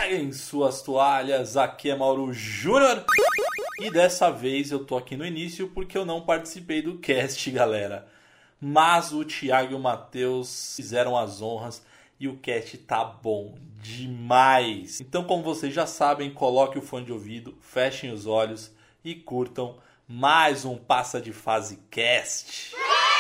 Peguem suas toalhas, aqui é Mauro Júnior. E dessa vez eu tô aqui no início porque eu não participei do cast, galera. Mas o Thiago e o Matheus fizeram as honras e o cast tá bom demais. Então, como vocês já sabem, coloque o fone de ouvido, fechem os olhos e curtam mais um Passa de Fase Cast.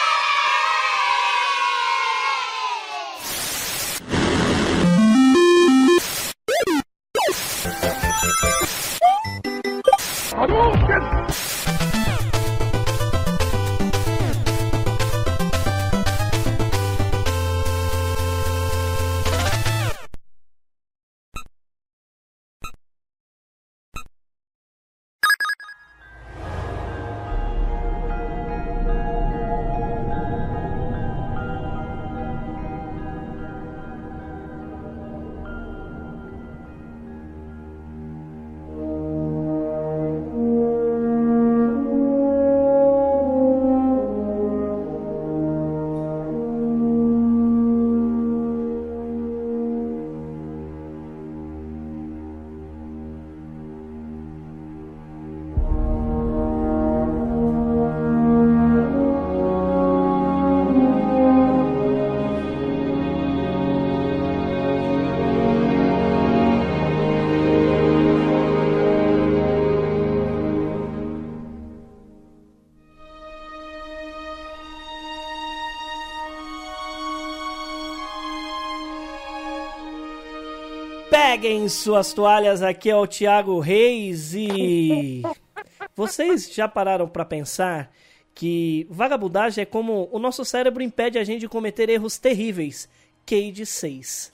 Peguem suas toalhas, aqui é o Thiago Reis e... Vocês já pararam para pensar que vagabundagem é como o nosso cérebro impede a gente de cometer erros terríveis? Cade 6.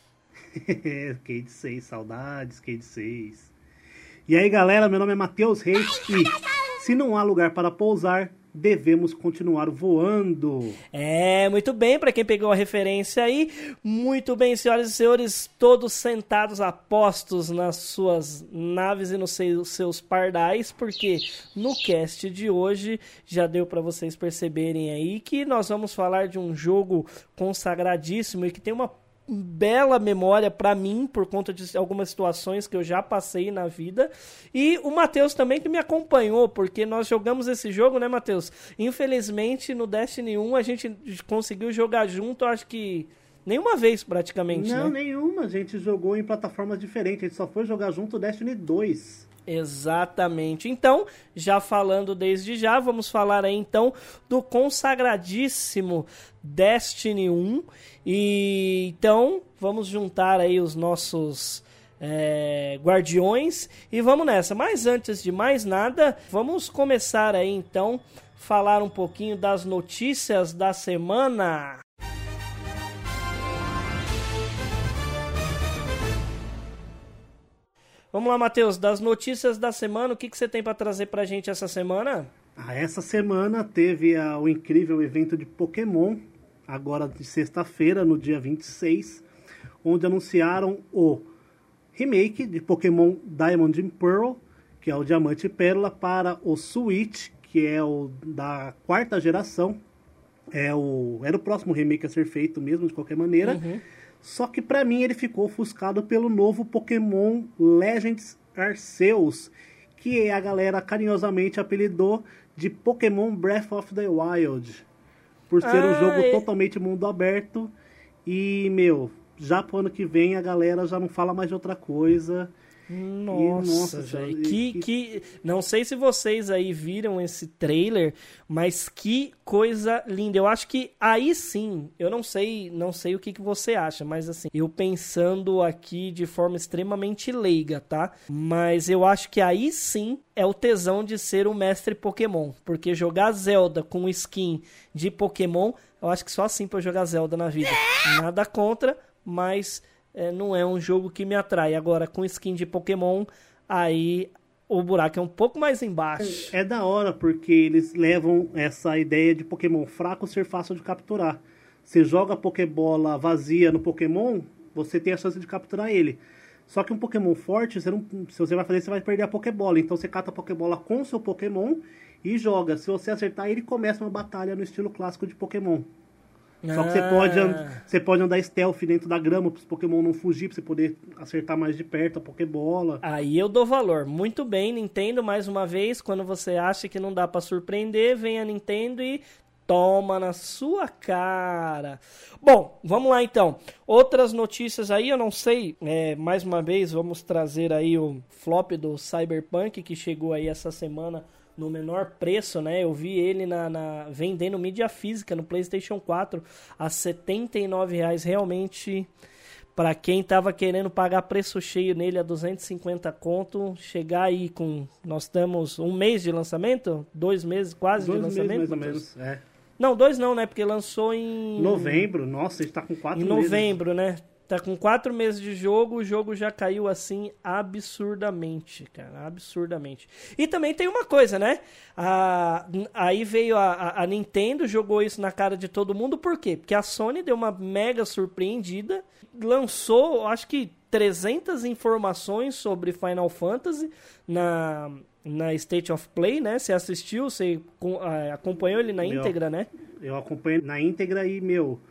Cade 6, saudades, Cade 6. E aí galera, meu nome é Matheus Reis e se não há lugar para pousar, devemos continuar voando. Muito bem, para quem pegou a referência aí, muito bem, senhoras e senhores, todos sentados a postos nas suas naves e nos seus pardais, porque no cast de hoje já deu para vocês perceberem aí que nós vamos falar de um jogo consagradíssimo e que tem uma bela memória pra mim, por conta de algumas situações que eu já passei na vida, e o Matheus também que me acompanhou, porque nós jogamos esse jogo, né, Matheus? Infelizmente no Destiny 1 a gente conseguiu jogar junto, acho que nenhuma vez praticamente, Não, né? nenhuma, a gente jogou em plataformas diferentes, a gente só foi jogar junto o Destiny 2. Exatamente. Então, já falando desde já, vamos falar aí então do consagradíssimo Destiny 1. E então, vamos juntar aí os nossos guardiões e vamos nessa. Mas antes de mais nada, vamos começar aí então falar um pouquinho das notícias da semana. Vamos lá, Matheus, das notícias da semana, o que você tem para trazer pra gente essa semana? Essa semana teve o incrível evento de Pokémon, agora de sexta-feira, no dia 26, onde anunciaram o remake de Pokémon Diamond and Pearl, que é o Diamante e Pérola, para o Switch, que é o da quarta geração. Era o próximo remake a ser feito mesmo, de qualquer maneira. Uhum. Só que pra mim ele ficou ofuscado pelo novo Pokémon Legends Arceus, que a galera carinhosamente apelidou de Pokémon Breath of the Wild, por ser um jogo totalmente mundo aberto. E, já pro ano que vem a galera já não fala mais de outra coisa. Nossa, velho. Não sei se vocês aí viram esse trailer, mas que coisa linda. Eu acho que aí sim, eu não sei o que você acha, mas assim, eu pensando aqui de forma extremamente leiga, tá? Mas eu acho que aí sim é o tesão de ser um mestre Pokémon, porque jogar Zelda com skin de Pokémon, eu acho que só assim pra jogar Zelda na vida. Nada contra, mas não é um jogo que me atrai. Agora, com skin de Pokémon, aí o buraco é um pouco mais embaixo. É da hora, porque eles levam essa ideia de Pokémon fraco ser fácil de capturar. Você joga a Pokébola vazia no Pokémon, você tem a chance de capturar ele. Só que um Pokémon forte, se você vai fazer, você vai perder a Pokébola. Então você cata a Pokébola com o seu Pokémon e joga. Se você acertar, ele começa uma batalha no estilo clássico de Pokémon. Só que você pode andar stealth dentro da grama para os Pokémon não fugir, para você poder acertar mais de perto a Pokébola. Aí eu dou valor. Muito bem, Nintendo, mais uma vez, quando você acha que não dá para surpreender, vem a Nintendo e toma na sua cara. Bom, vamos lá então. Outras notícias aí, eu não sei, mais uma vez, vamos trazer aí o flop do Cyberpunk, que chegou aí essa semana no menor preço, né? Eu vi ele vendendo mídia física no PlayStation 4 a R$ 79,00. Realmente, para quem tava querendo pagar preço cheio nele a 250 conto, chegar aí com... Nós temos um mês de lançamento? 2 meses quase de lançamento? 2 meses, mais ou menos, Não, 2 não, né? Porque lançou em... Novembro, nossa, a gente tá com 4 meses. Em novembro, né? Tá com 4 meses de jogo, o jogo já caiu assim absurdamente, cara, absurdamente. E também tem uma coisa, né? Aí veio a Nintendo, jogou isso na cara de todo mundo, por quê? Porque a Sony deu uma mega surpreendida, lançou, acho que 300 informações sobre Final Fantasy na State of Play, né? Você assistiu, você acompanhou ele na íntegra, né? Eu acompanhei na íntegra e,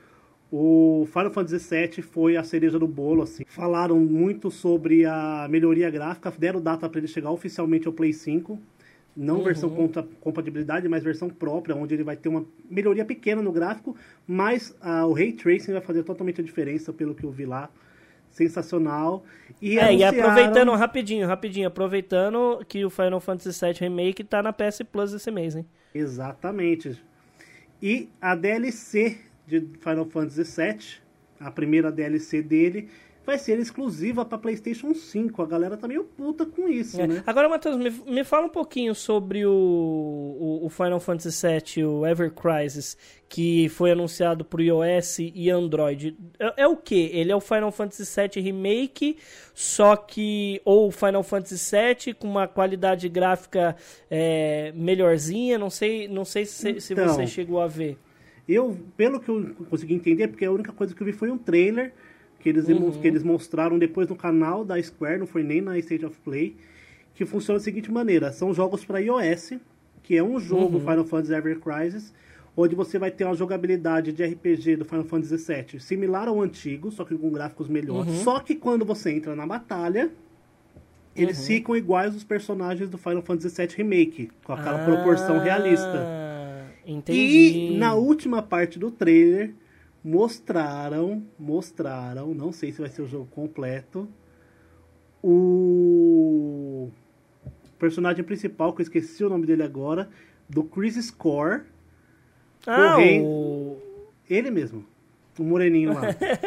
o Final Fantasy VII foi a cereja do bolo, assim. Falaram muito sobre a melhoria gráfica, deram data para ele chegar oficialmente ao Play 5. Não versão compatibilidade, mas versão própria, onde ele vai ter uma melhoria pequena no gráfico, mas o Ray Tracing vai fazer totalmente a diferença, pelo que eu vi lá. Sensacional. E aproveitando, rapidinho, aproveitando que o Final Fantasy VII Remake tá na PS Plus esse mês, hein? Exatamente. E a DLC de Final Fantasy VII, a primeira DLC dele, vai ser exclusiva para PlayStation 5. A galera tá meio puta com isso, né? Agora, Matheus, me fala um pouquinho sobre o Final Fantasy VII, o Ever Crisis, que foi anunciado pro iOS e Android. É o quê? Ele é o Final Fantasy VII Remake, só que... Ou Final Fantasy VII com uma qualidade gráfica melhorzinha? Não sei se você chegou a ver. Pelo que eu consegui entender, porque a única coisa que eu vi foi um trailer que eles mostraram depois no canal da Square, não foi nem na State of Play, que funciona da seguinte maneira: são jogos para iOS, que é um jogo Final Fantasy Ever Crisis, onde você vai ter uma jogabilidade de RPG do Final Fantasy VII similar ao antigo, só que com gráficos melhores. Só que quando você entra na batalha, eles ficam iguais aos personagens do Final Fantasy VII Remake, com aquela proporção realista. Entendi. E na última parte do trailer mostraram, não sei se vai ser o jogo completo, o personagem principal, que eu esqueci o nome dele agora, do Crisis Core. Ele mesmo, o moreninho lá.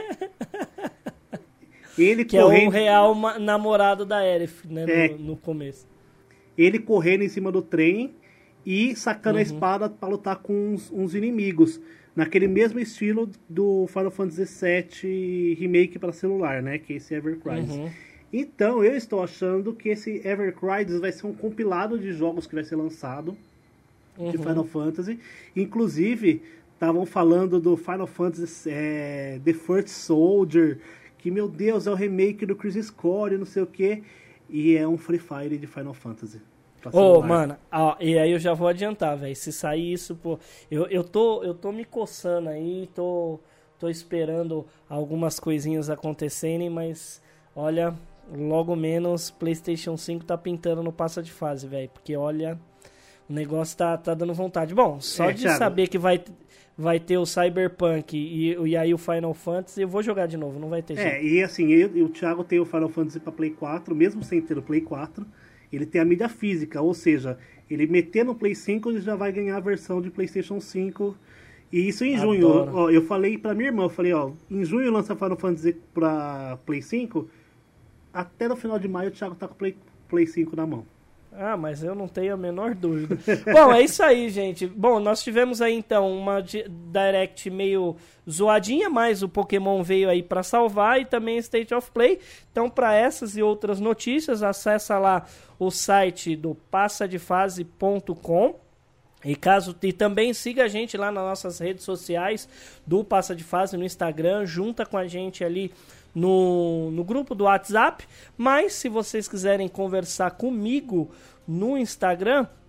Ele que correndo... é o real namorado da Aerith, né, no começo. Ele correndo em cima do trem e sacando a espada para lutar com uns inimigos. Naquele mesmo estilo do Final Fantasy VII Remake para celular, né? Que é esse Ever Crisis. Então, eu estou achando que esse Ever Crisis vai ser um compilado de jogos que vai ser lançado de Final Fantasy. Inclusive, estavam falando do Final Fantasy The First Soldier, que, meu Deus, é o remake do Crisis Core, não sei o quê. E é um Free Fire de Final Fantasy. Mano, e aí eu já vou adiantar, velho. Se sair isso, pô... Eu tô me coçando aí, tô esperando algumas coisinhas acontecerem, mas, olha, logo menos PlayStation 5 tá pintando no passa de fase, velho. Porque, olha, o negócio tá dando vontade. Bom, só de Thiago, saber que vai ter o Cyberpunk e aí o Final Fantasy, eu vou jogar de novo, não vai ter jeito. E assim, o Thiago tem o Final Fantasy pra Play 4, mesmo sem ter o Play 4... Ele tem a mídia física, ou seja, ele meter no Play 5, ele já vai ganhar a versão de PlayStation 5. E isso em junho. Ó, eu falei pra minha irmã, em junho lança Final Fantasy pra Play 5, até no final de maio o Thiago tá com o Play 5 na mão. Mas eu não tenho a menor dúvida. Bom, é isso aí, gente. Bom, nós tivemos aí, então, uma Direct meio zoadinha, mas o Pokémon veio aí para salvar e também State of Play. Então, para essas e outras notícias, acessa lá o site do passadefase.com. E também siga a gente lá nas nossas redes sociais do Passa de Fase no Instagram, junta com a gente ali no grupo do WhatsApp. Mas se vocês quiserem conversar comigo no Instagram,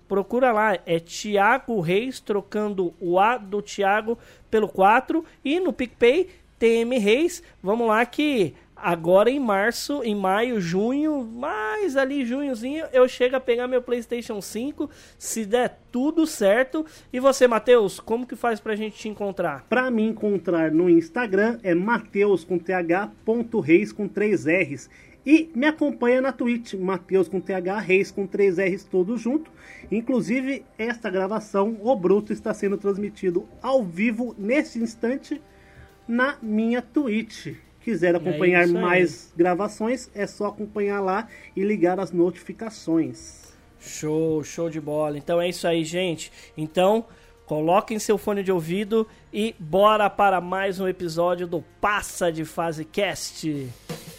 procura lá, é Thiago Reis, trocando o A do Thiago pelo 4, e no PicPay, TM Reis. Vamos lá que agora em março, em maio, junho, mais ali junhozinho, eu chego a pegar meu PlayStation 5, se der tudo certo. E você, Matheus, como que faz pra gente te encontrar? Pra me encontrar no Instagram é Mateus com th.reis com 3 R's. E me acompanha na Twitch, Mateus com TH, Reis com 3 R's, tudo junto. Inclusive, esta gravação, o Bruto, está sendo transmitido ao vivo, neste instante, na minha Twitch. Quiser acompanhar mais gravações, é só acompanhar lá e ligar as notificações. Show de bola. Então é isso aí, gente. Então, coloquem seu fone de ouvido e bora para mais um episódio do Passa de Fase Cast.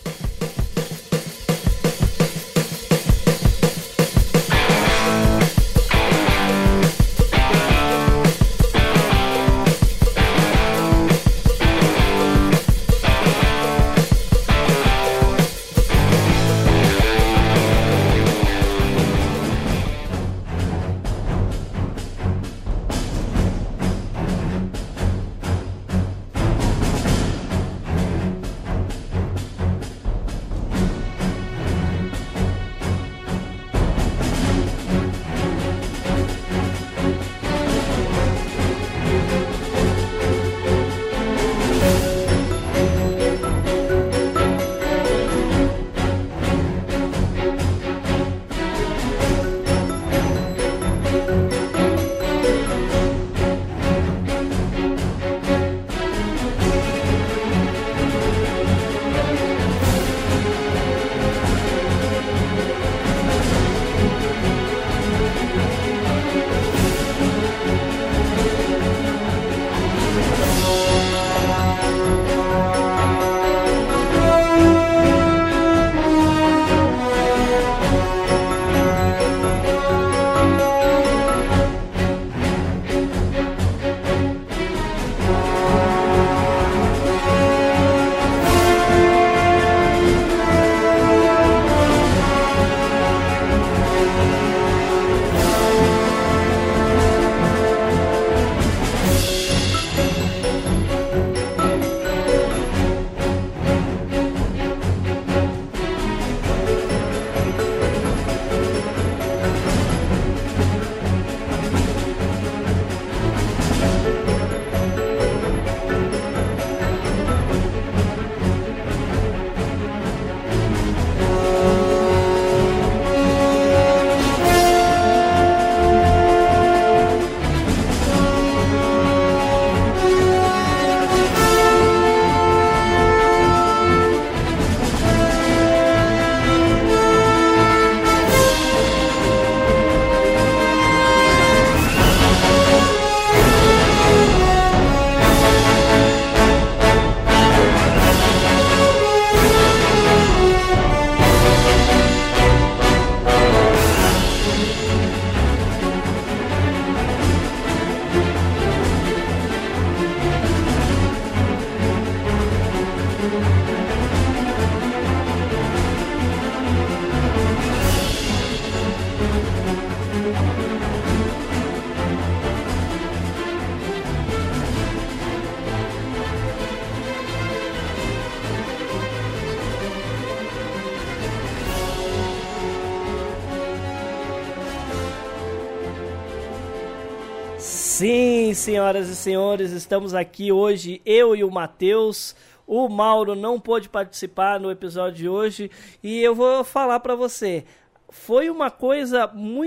Sim, senhoras e senhores, estamos aqui hoje, eu e o Matheus. O Mauro não pôde participar no episódio de hoje e eu vou falar para você. Foi uma coisa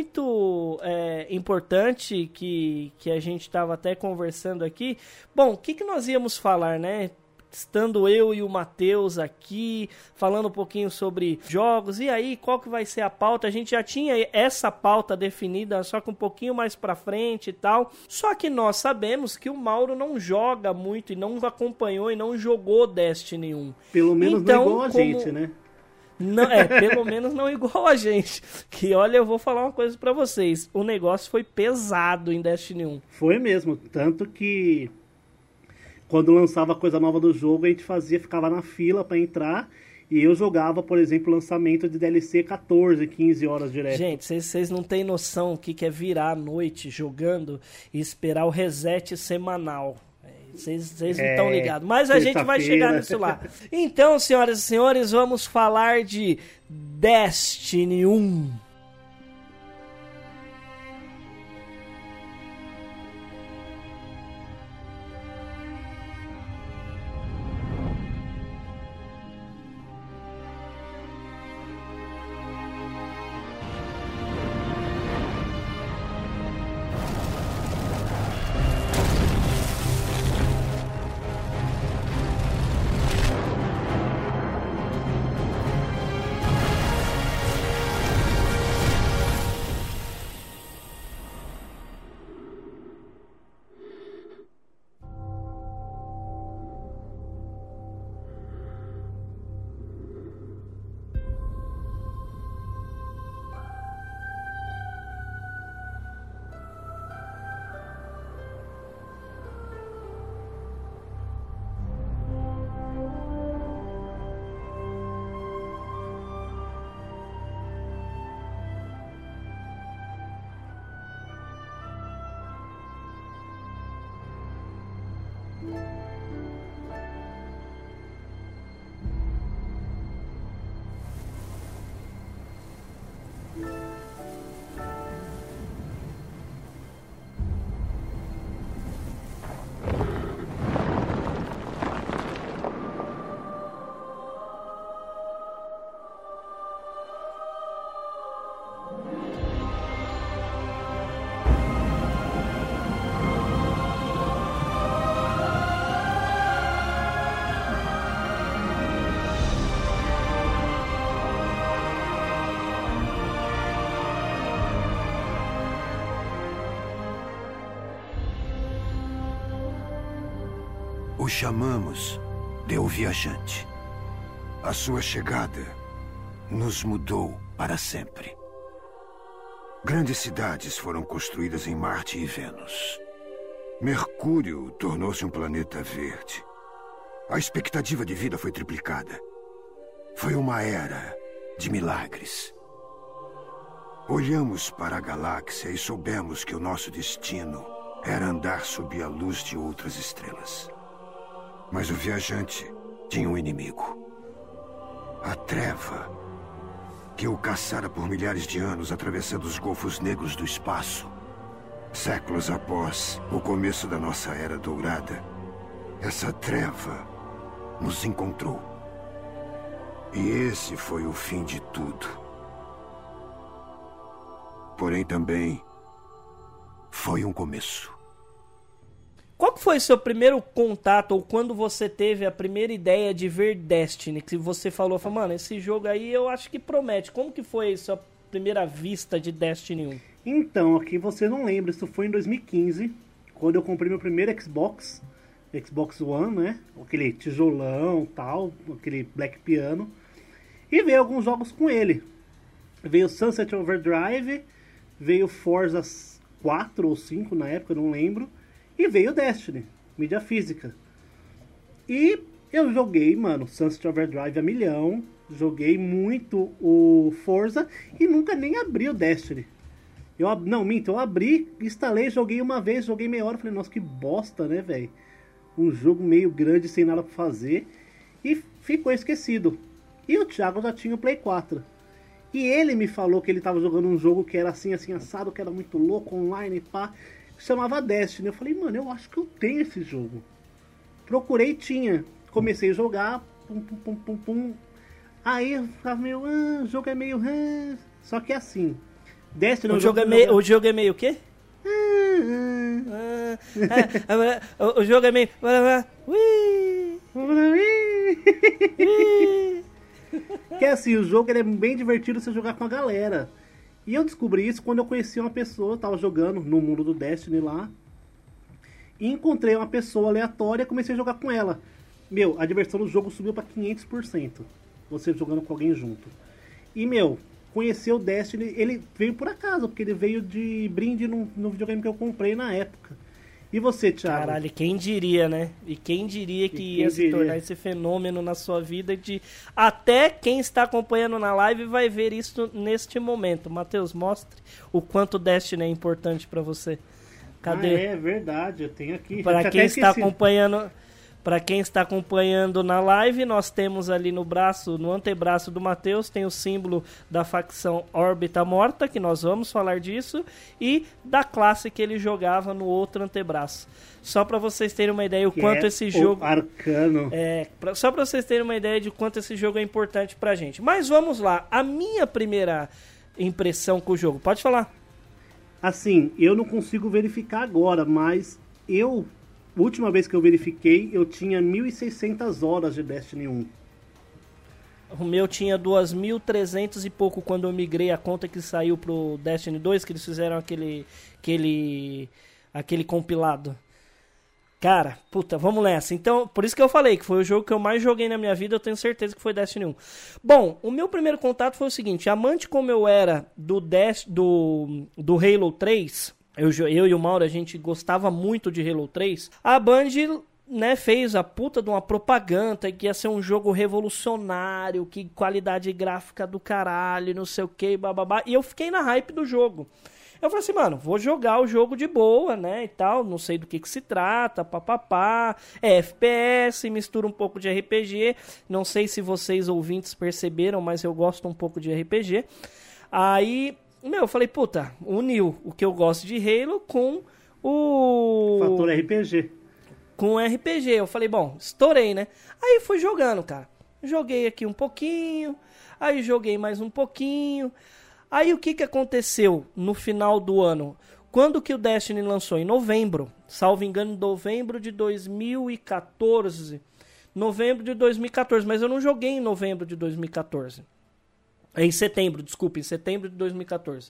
muito importante que a gente estava até conversando aqui. Bom, o que nós íamos falar, né? Estando eu e o Matheus aqui, falando um pouquinho sobre jogos, e aí, qual que vai ser a pauta? A gente já tinha essa pauta definida, só que um pouquinho mais pra frente e tal. Só que nós sabemos que o Mauro não joga muito e não acompanhou e não jogou Destiny 1. Pelo menos então, não igual a gente, né? Não, pelo menos não igual a gente. Que olha, eu vou falar uma coisa pra vocês. O negócio foi pesado em Destiny 1. Foi mesmo, tanto que quando lançava coisa nova do jogo, a gente ficava na fila para entrar E eu jogava, por exemplo, lançamento de DLC 14, 15 horas direto. Gente, vocês não têm noção o que é virar a noite jogando e esperar o reset semanal. Vocês não estão ligados. Mas a gente vai chegar nisso lá. Então, senhoras e senhores, vamos falar de Destiny 1. O chamamos de O Viajante. A sua chegada nos mudou para sempre. Grandes cidades foram construídas em Marte e Vênus. Mercúrio tornou-se um planeta verde. A expectativa de vida foi triplicada. Foi uma era de milagres. Olhamos para a galáxia e soubemos que o nosso destino era andar sob a luz de outras estrelas. Mas o viajante tinha um inimigo. A treva, que o caçara por milhares de anos atravessando os golfos negros do espaço. Séculos após o começo da nossa Era Dourada, essa treva nos encontrou. E esse foi o fim de tudo. Porém, também foi um começo. Qual que foi seu primeiro contato, ou quando você teve a primeira ideia de ver Destiny? Que você falou, mano, esse jogo aí eu acho que promete. Como que foi a sua primeira vista de Destiny 1? Então, aqui você não lembra, isso foi em 2015, quando eu comprei meu primeiro Xbox One, né? Aquele tijolão tal, aquele Black Piano. E veio alguns jogos com ele. Veio Sunset Overdrive, veio Forza 4 ou 5 na época, eu não lembro. E veio Destiny, mídia física. E eu joguei, mano, Sunset Overdrive a milhão. Joguei muito o Forza e nunca nem abri o Destiny. Eu abri, instalei, joguei uma vez, joguei meia hora. Falei, nossa, que bosta, né, velho? Um jogo meio grande, sem nada pra fazer. E ficou esquecido. E o Thiago já tinha o Play 4. E ele me falou que ele tava jogando um jogo que era assim, assim, assado, que era muito louco, online, pá. Chamava Destiny. Eu falei, mano, eu acho que eu tenho esse jogo. Procurei, tinha. Comecei a jogar, pum. Aí eu ficava meio, o jogo é meio, Só que assim, Destiny... O jogo é meio o quê? O jogo é meio... Que assim, o jogo ele é bem divertido você jogar com a galera. E eu descobri isso quando eu conheci uma pessoa, tava jogando no mundo do Destiny lá, e encontrei uma pessoa aleatória e comecei a jogar com ela. Meu, a diversão do jogo subiu pra 500%, você jogando com alguém junto. E, meu, conhecer o Destiny, ele veio por acaso, porque ele veio de brinde no videogame que eu comprei na época. E você, Thiago? Caralho, quem diria, né? E quem diria que ia se tornar esse fenômeno na sua vida de... Até quem está acompanhando na live vai ver isso neste momento. Matheus, mostre o quanto Destiny é importante pra você. Cadê? É verdade, eu tenho aqui. Para quem está acompanhando... Para quem está acompanhando na live, nós temos ali no braço, no antebraço do Matheus, tem o símbolo da facção Órbita Morta, que nós vamos falar disso, e da classe que ele jogava no outro antebraço. Só para vocês terem uma ideia o quanto esse jogo... Arcano. Só para vocês terem uma ideia de quanto esse jogo é importante pra gente. Mas vamos lá, a minha primeira impressão com o jogo, pode falar. Assim, eu não consigo verificar agora, mas última vez que eu verifiquei, eu tinha 1.600 horas de Destiny 1. O meu tinha 2.300 e pouco quando eu migrei a conta que saiu pro Destiny 2, que eles fizeram aquele compilado. Cara, puta, vamos nessa. Então, por isso que eu falei que foi o jogo que eu mais joguei na minha vida, eu tenho certeza que foi Destiny 1. Bom, o meu primeiro contato foi o seguinte, amante como eu era do Halo 3... Eu e o Mauro, a gente gostava muito de Halo 3. A Band, né, fez a puta de uma propaganda que ia ser um jogo revolucionário, que qualidade gráfica do caralho, não sei o que, bababá. E eu fiquei na hype do jogo. Eu falei assim, mano, vou jogar o jogo de boa, né, e tal, não sei do que se trata, papapá. É FPS, mistura um pouco de RPG. Não sei se vocês ouvintes perceberam, mas eu gosto um pouco de RPG. Aí... eu falei, puta, uniu o que eu gosto de Halo com o... fator RPG. Com o RPG. Eu falei, bom, estourei, né? Aí fui jogando, cara. Joguei aqui um pouquinho, aí joguei mais um pouquinho. Aí o que aconteceu no final do ano? Quando que o Destiny lançou? Em novembro. Salvo engano, novembro de 2014. Novembro de 2014, mas eu não joguei em novembro de 2014. Em setembro, desculpa, em setembro de 2014.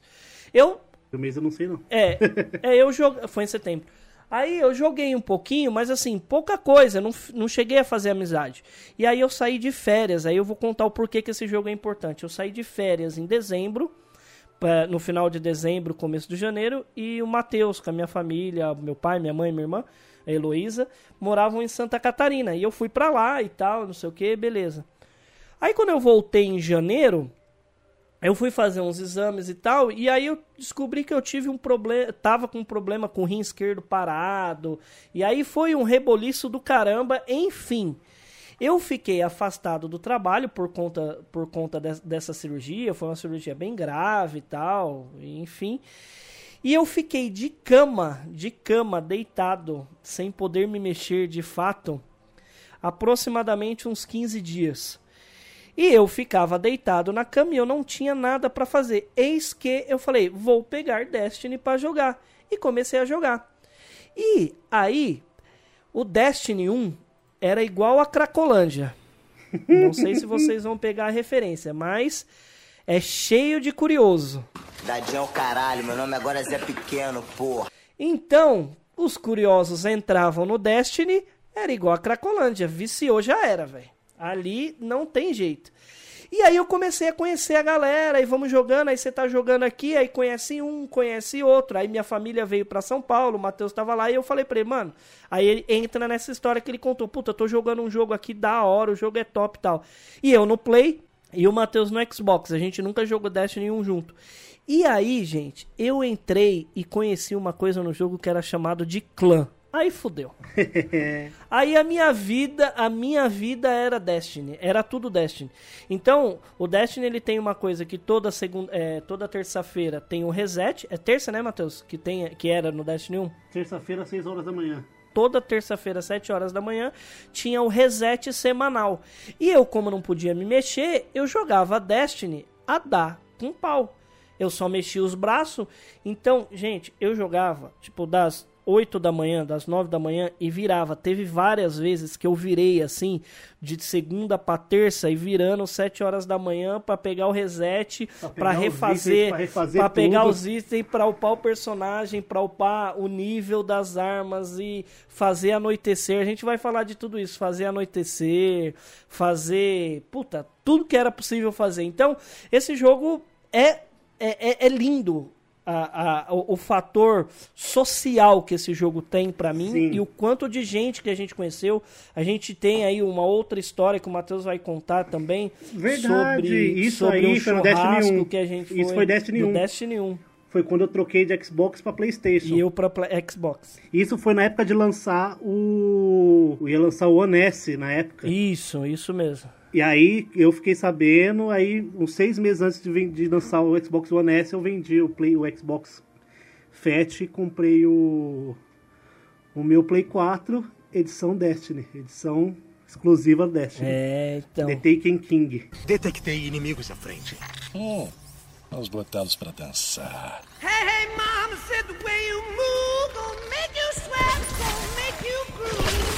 O mês eu não sei, não. Eu joguei... Foi em setembro. Aí eu joguei um pouquinho, mas assim, pouca coisa, não cheguei a fazer amizade. E aí eu saí de férias, aí eu vou contar o porquê que esse jogo é importante. Eu saí de férias em dezembro, no final de dezembro, começo de janeiro, e o Matheus, com a minha família, meu pai, minha mãe, minha irmã, a Heloísa, moravam em Santa Catarina. E eu fui pra lá e tal, não sei o que, beleza. Aí quando eu voltei em janeiro... eu fui fazer uns exames e tal, e aí eu descobri que eu tive um problema, tava com um problema com o rim esquerdo parado, e aí foi um reboliço do caramba, enfim. Eu fiquei afastado do trabalho por conta dessa cirurgia, foi uma cirurgia bem grave e tal, enfim. E eu fiquei de cama, deitado, sem poder me mexer de fato, aproximadamente uns 15 dias. E eu ficava deitado na cama e eu não tinha nada pra fazer. Eis que eu falei, vou pegar Destiny pra jogar. E comecei a jogar. E aí, o Destiny 1 era igual a Cracolândia. Não sei se vocês vão pegar a referência, mas é cheio de curioso. Dadinho é o caralho, meu nome agora é Zé Pequeno, porra. Então, os curiosos entravam no Destiny, era igual a Cracolândia. Viciou, já era, velho. Ali não tem jeito. E aí eu comecei a conhecer a galera, e vamos jogando, aí você tá jogando aqui, aí conhece um, conhece outro. Aí minha família veio pra São Paulo, o Matheus tava lá, e eu falei pra ele, mano... Aí ele entra nessa história que ele contou, puta, eu tô jogando um jogo aqui da hora, o jogo é top e tal. E eu no Play, e o Matheus no Xbox, a gente nunca jogou Destiny 1 junto. E aí, gente, eu entrei e conheci uma coisa no jogo que era chamado de clã. Aí fudeu. Aí a minha vida era Destiny, era tudo Destiny. Então, o Destiny ele tem uma coisa que toda terça-feira tem um reset. É terça, né, Matheus? Que era no Destiny 1? Terça-feira, 6 horas da manhã. Toda terça-feira, 7 horas da manhã, tinha o reset semanal. E eu, como não podia me mexer, eu jogava Destiny a dar com pau. Eu só mexia os braços. Então, gente, eu jogava, tipo, das 8 da manhã, das 9 da manhã e virava. Teve várias vezes que eu virei assim, de segunda pra terça e virando 7 horas da manhã pra pegar o reset, pra refazer, pra pegar os itens, pra upar o personagem, pra upar o nível das armas e fazer anoitecer. A gente vai falar de tudo isso, fazer anoitecer, fazer, puta, tudo que era possível fazer. Então, esse jogo é lindo. o fator social que esse jogo tem pra mim. Sim. E o quanto de gente que a gente conheceu. A gente tem aí uma outra história que o Matheus vai contar também. Verdade, isso sobre aí um foi no Destiny churrasco 1. que a gente Isso foi Destiny do 1. Destiny 1. Foi quando eu troquei de Xbox pra PlayStation. E eu pra Xbox. Isso foi na época de lançar o... ia lançar o One S na época. Isso mesmo. E aí eu fiquei sabendo, aí uns 6 meses antes de lançar o Xbox One S, eu vendi o Xbox Fat e comprei o meu Play 4, edição Destiny, edição exclusiva Destiny. Então. The Taken King. Detectei inimigos à frente. Vamos botá-los pra dançar. Hey, mama said the way you move gonna make you sweat, gonna make you groove.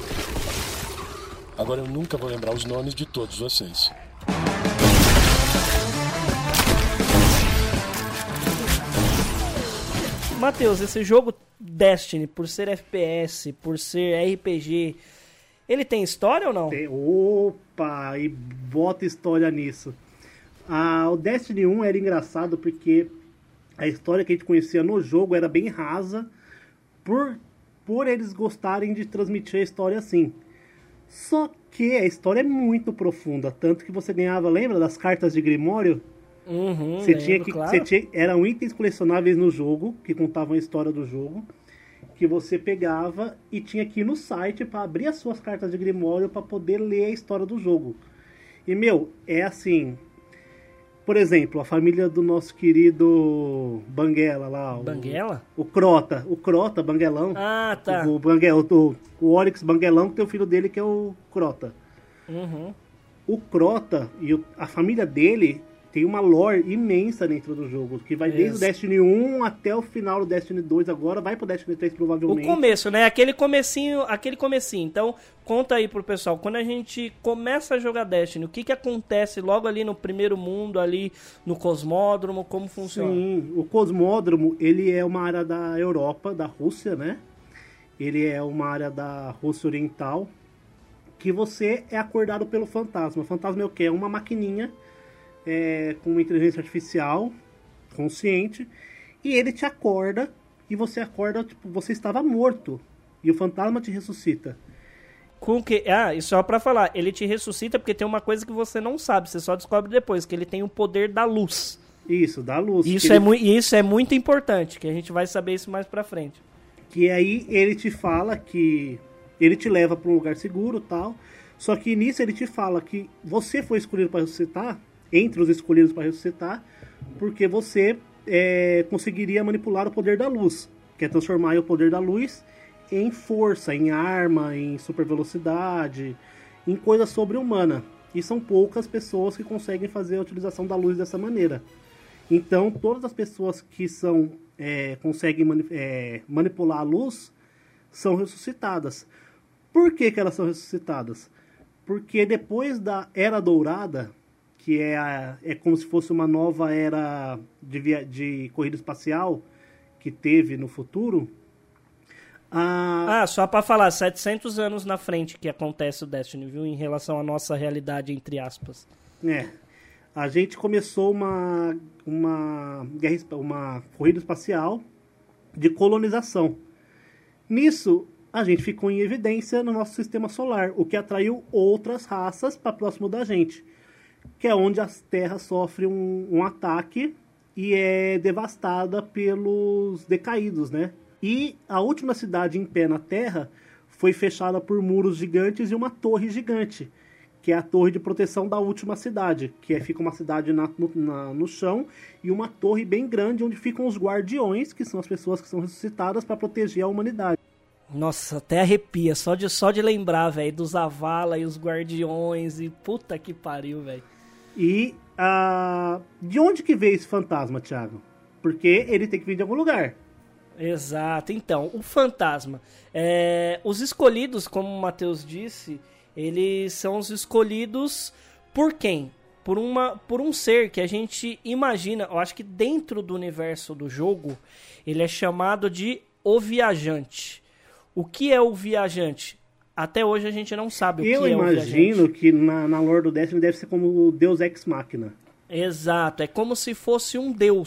Agora eu nunca vou lembrar os nomes de todos vocês. Matheus, esse jogo Destiny, por ser FPS, por ser RPG, ele tem história ou não? Opa, e bota história nisso. O Destiny 1 era engraçado porque a história que a gente conhecia no jogo era bem rasa por eles gostarem de transmitir a história assim. Só que a história é muito profunda, tanto que você ganhava, lembra das cartas de Grimório? Eram itens colecionáveis no jogo, que contavam a história do jogo, que você pegava e tinha que ir no site para abrir as suas cartas de Grimório para poder ler a história do jogo. E, é assim... Por exemplo, a família do nosso querido Banguela lá. Banguela? O Crota, Banguelão. Ah, tá. O Oryx Banguelão, que tem o filho dele que é o Crota. Uhum. O Crota e a família dele tem uma lore imensa dentro do jogo, que vai desde o Destiny 1 até o final do Destiny 2 agora, vai pro Destiny 3 provavelmente. O começo, né? Aquele comecinho. Então, conta aí pro pessoal, quando a gente começa a jogar Destiny, o que acontece logo ali no primeiro mundo, ali no Cosmódromo, como funciona? Sim, o Cosmódromo, ele é uma área da Europa, da Rússia, né? Ele é uma área da Rússia Oriental, que você é acordado pelo fantasma. O fantasma é o quê? É uma maquininha com uma inteligência artificial consciente, e ele te acorda, e você acorda, tipo, você estava morto, e o fantasma te ressuscita. Com que? E só pra falar, ele te ressuscita porque tem uma coisa que você não sabe, você só descobre depois, que ele tem o poder da luz. Isso, da luz. Isso é muito importante, que a gente vai saber isso mais pra frente. Que aí ele te fala que... ele te leva para um lugar seguro e tal, só que nisso ele te fala que você foi escolhido para ressuscitar, entre os escolhidos para ressuscitar, porque você conseguiria manipular o poder da luz, que é transformar o poder da luz em força, em arma, em super velocidade, em coisa sobre-humana. E são poucas pessoas que conseguem fazer a utilização da luz dessa maneira. Então, todas as pessoas que conseguem manipular a luz são ressuscitadas. Por que elas são ressuscitadas? Porque depois da Era Dourada, que é como se fosse uma nova era de corrida espacial que teve no futuro. Só pra falar, 700 anos na frente que acontece o Destiny, viu? Em relação à nossa realidade, entre aspas. A gente começou uma corrida espacial de colonização. Nisso, a gente ficou em evidência no nosso sistema solar, o que atraiu outras raças para próximo da gente, que é onde a Terra sofre um ataque e é devastada pelos decaídos, né? E a última cidade em pé na Terra foi fechada por muros gigantes e uma torre gigante, que é a torre de proteção da última cidade, que fica uma cidade no chão e uma torre bem grande onde ficam os guardiões, que são as pessoas que são ressuscitadas para proteger a humanidade. Nossa, até arrepia, só de lembrar, velho, dos Avala e os guardiões e puta que pariu, velho. E de onde que veio esse fantasma, Thiago? Porque ele tem que vir de algum lugar. Exato, então, o fantasma. Os escolhidos, como o Matheus disse, eles são os escolhidos por quem? Por um ser que a gente imagina, eu acho que dentro do universo do jogo, ele é chamado de O Viajante. O que é o Viajante? Até hoje a gente não sabe o que é o Viajante. Eu imagino que na lore do Destiny deve ser como o Deus Ex Machina. Exato, é como se fosse um deus.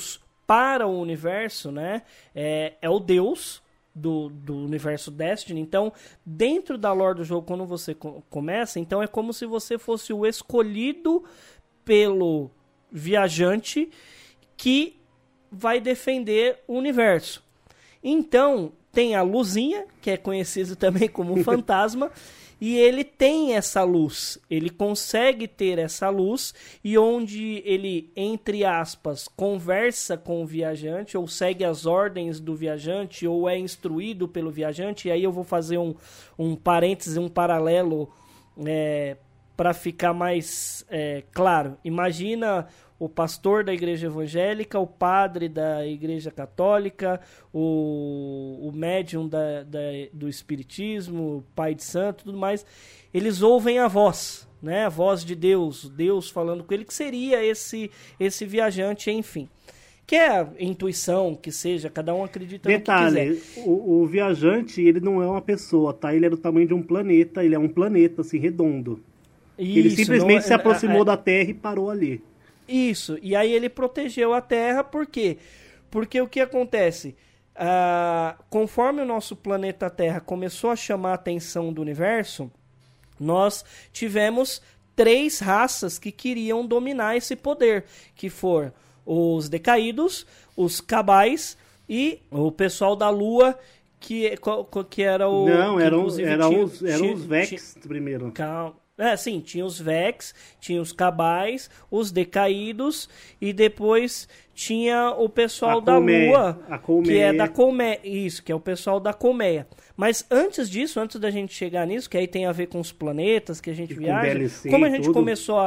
para o universo, né, é o Deus do universo Destiny. Então, dentro da lore do jogo, quando você começa, então é como se você fosse o escolhido pelo viajante que vai defender o universo. Então, tem a luzinha, que é conhecido também como fantasma, e ele tem essa luz, ele consegue ter essa luz, e onde ele, entre aspas, conversa com o viajante, ou segue as ordens do viajante, ou é instruído pelo viajante. E aí eu vou fazer um parêntese, um paralelo para ficar mais claro. Imagina o pastor da igreja evangélica, o padre da igreja católica, o médium do espiritismo, o pai de santo, tudo mais. Eles ouvem a voz, né? A voz de Deus, Deus falando com ele, que seria esse viajante, enfim. Que é a intuição, que seja, cada um acredita no que quiser. O viajante, ele não é uma pessoa, tá? Ele é do tamanho de um planeta, ele é um planeta, assim, redondo. Isso, ele simplesmente se aproximou da Terra e parou ali. Isso, e aí ele protegeu a Terra, por quê? Porque o que acontece? Conforme o nosso planeta Terra começou a chamar a atenção do universo, nós tivemos 3 raças que queriam dominar esse poder, que foram os Decaídos, os Cabais e o pessoal da Lua, que era o... Não, eram os Vex primeiro. Calma. Sim, tinha os Vex, tinha os Cabais, os Decaídos, e depois tinha o pessoal da Lua, que é da Colmeia. Isso, que é o pessoal da Colmeia. Mas antes disso, antes da gente chegar nisso, que aí tem a ver com os planetas que a gente viaja, como a gente começou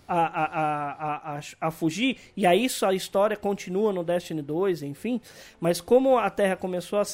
a fugir, e aí só a história continua no Destiny 2, enfim, mas como a Terra começou a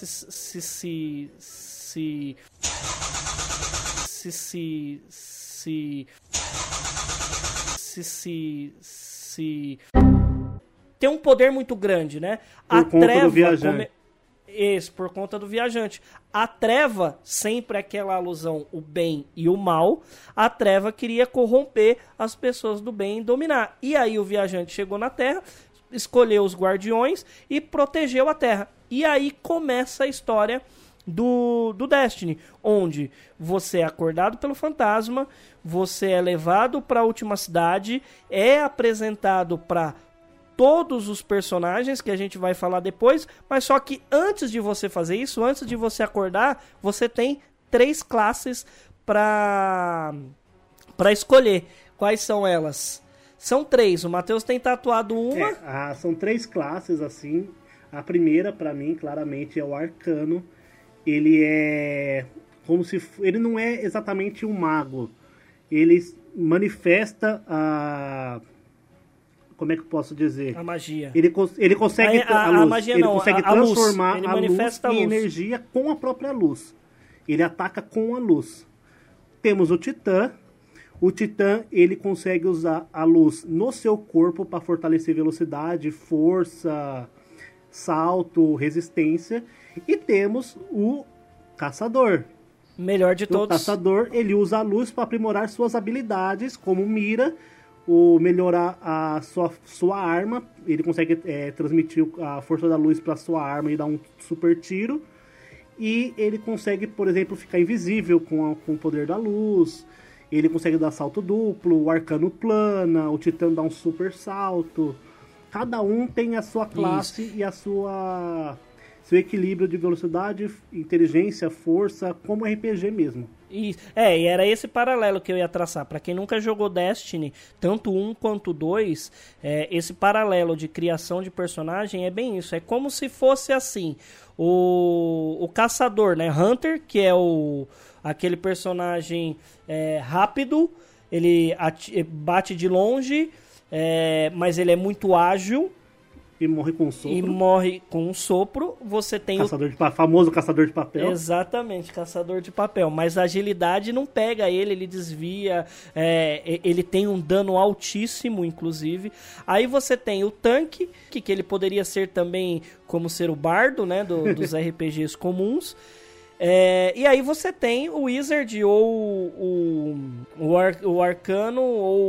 tem um poder muito grande, né? Por conta do viajante. Isso, por conta do viajante. A treva, sempre aquela alusão, o bem e o mal, a treva queria corromper as pessoas do bem e dominar. E aí o viajante chegou na Terra, escolheu os guardiões e protegeu a Terra. E aí começa a história do Destiny, onde você é acordado pelo fantasma, você é levado para a última cidade, é apresentado para todos os personagens que a gente vai falar depois, mas só que antes de você fazer isso, antes de você acordar, você tem 3 classes para escolher. Quais são elas? São 3. O Matheus tem tatuado uma. São 3 classes, assim. A primeira, para mim, claramente, é o Arcano. Ele é como se... Ele não é exatamente um mago. Ele manifesta a... Como é que eu posso dizer? A magia. Ele consegue... A magia ele não, consegue transformar a luz em luz. energia com a própria luz. Ele ataca com a luz. Temos o Titã. O Titã, ele consegue usar a luz no seu corpo para fortalecer velocidade, força, salto, resistência. E temos o Caçador. Melhor de todos. O Caçador, ele usa a luz para aprimorar suas habilidades, como mira, melhorar a sua arma. Ele consegue transmitir a força da luz para sua arma e dar um super tiro. E ele consegue, por exemplo, ficar invisível com o poder da luz. Ele consegue dar salto duplo, o Arcano plana, o Titã dá um super salto. Cada um tem a sua classe e seu equilíbrio de velocidade, inteligência, força, como RPG mesmo. Isso. E era esse paralelo que eu ia traçar. Para quem nunca jogou Destiny, tanto 1 quanto 2, esse paralelo de criação de personagem é bem isso. É como se fosse assim, o caçador, né? Hunter, que é aquele personagem rápido, ele bate de longe, mas ele é muito ágil. E morre com um sopro. E morre com um sopro. Você tem famoso caçador de papel. Exatamente, caçador de papel. Mas a agilidade não pega ele desvia. Ele tem um dano altíssimo, inclusive. Aí você tem o tanque, que ele poderia ser também como ser o bardo, né, dos RPGs comuns. E aí você tem o Wizard ou o Arcano, ou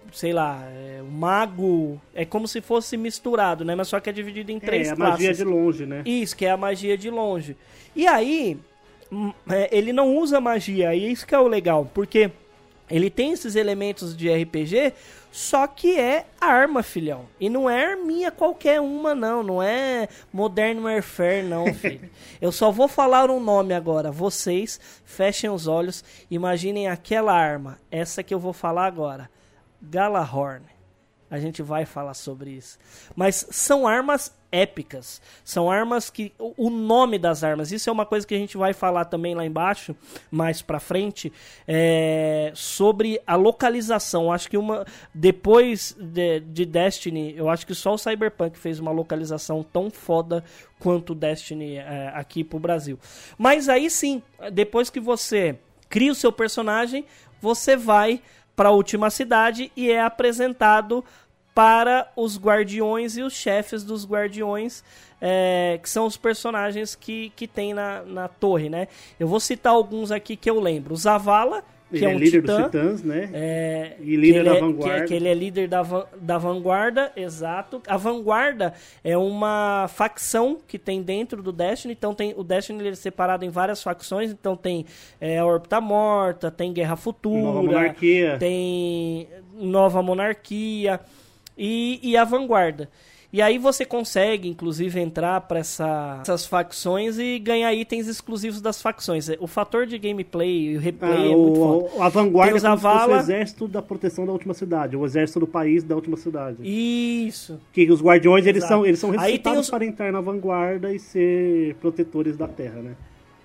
sei lá, o mago, é como se fosse misturado, né? Mas só que é dividido em três classes. É a magia de longe, né? Isso, que é a magia de longe. E aí, ele não usa magia, e isso que é o legal, porque ele tem esses elementos de RPG, só que é arma, filhão. E não é arminha qualquer uma, não. Não é Modern Warfare, não, filho. Eu só vou falar um nome agora. Vocês fechem os olhos, imaginem aquela arma. Essa que eu vou falar agora. Galahorn. A gente vai falar sobre isso. Mas são armas épicas. São armas que... O nome das armas. Isso é uma coisa que a gente vai falar também lá embaixo, mais pra frente, sobre a localização. Acho que depois de Destiny, eu acho que só o Cyberpunk fez uma localização tão foda quanto o Destiny aqui pro Brasil. Mas aí sim, depois que você cria o seu personagem, você vai para a última cidade e é apresentado para os guardiões e os chefes dos guardiões, que são os personagens que tem na torre, né? Eu vou citar alguns aqui que eu lembro. O Zavala, que é um líder titã, dos titãs, né? E líder da vanguarda. Que ele é líder da vanguarda, exato. A vanguarda é uma facção que tem dentro do Destiny. Então o Destiny ele é separado em várias facções. Então tem a Órbita Morta, tem Guerra Futura, Nova Monarquia. Tem Nova Monarquia e a vanguarda. E aí você consegue, inclusive, entrar para essas facções e ganhar itens exclusivos das facções. O fator de gameplay, o replay é muito foda. A vanguarda é como se fosse o Zavala... exército da proteção da última cidade, o exército do país da última cidade. Isso. Que os guardiões, eles são Aí ressuscitados para entrar na vanguarda e ser protetores da terra, né?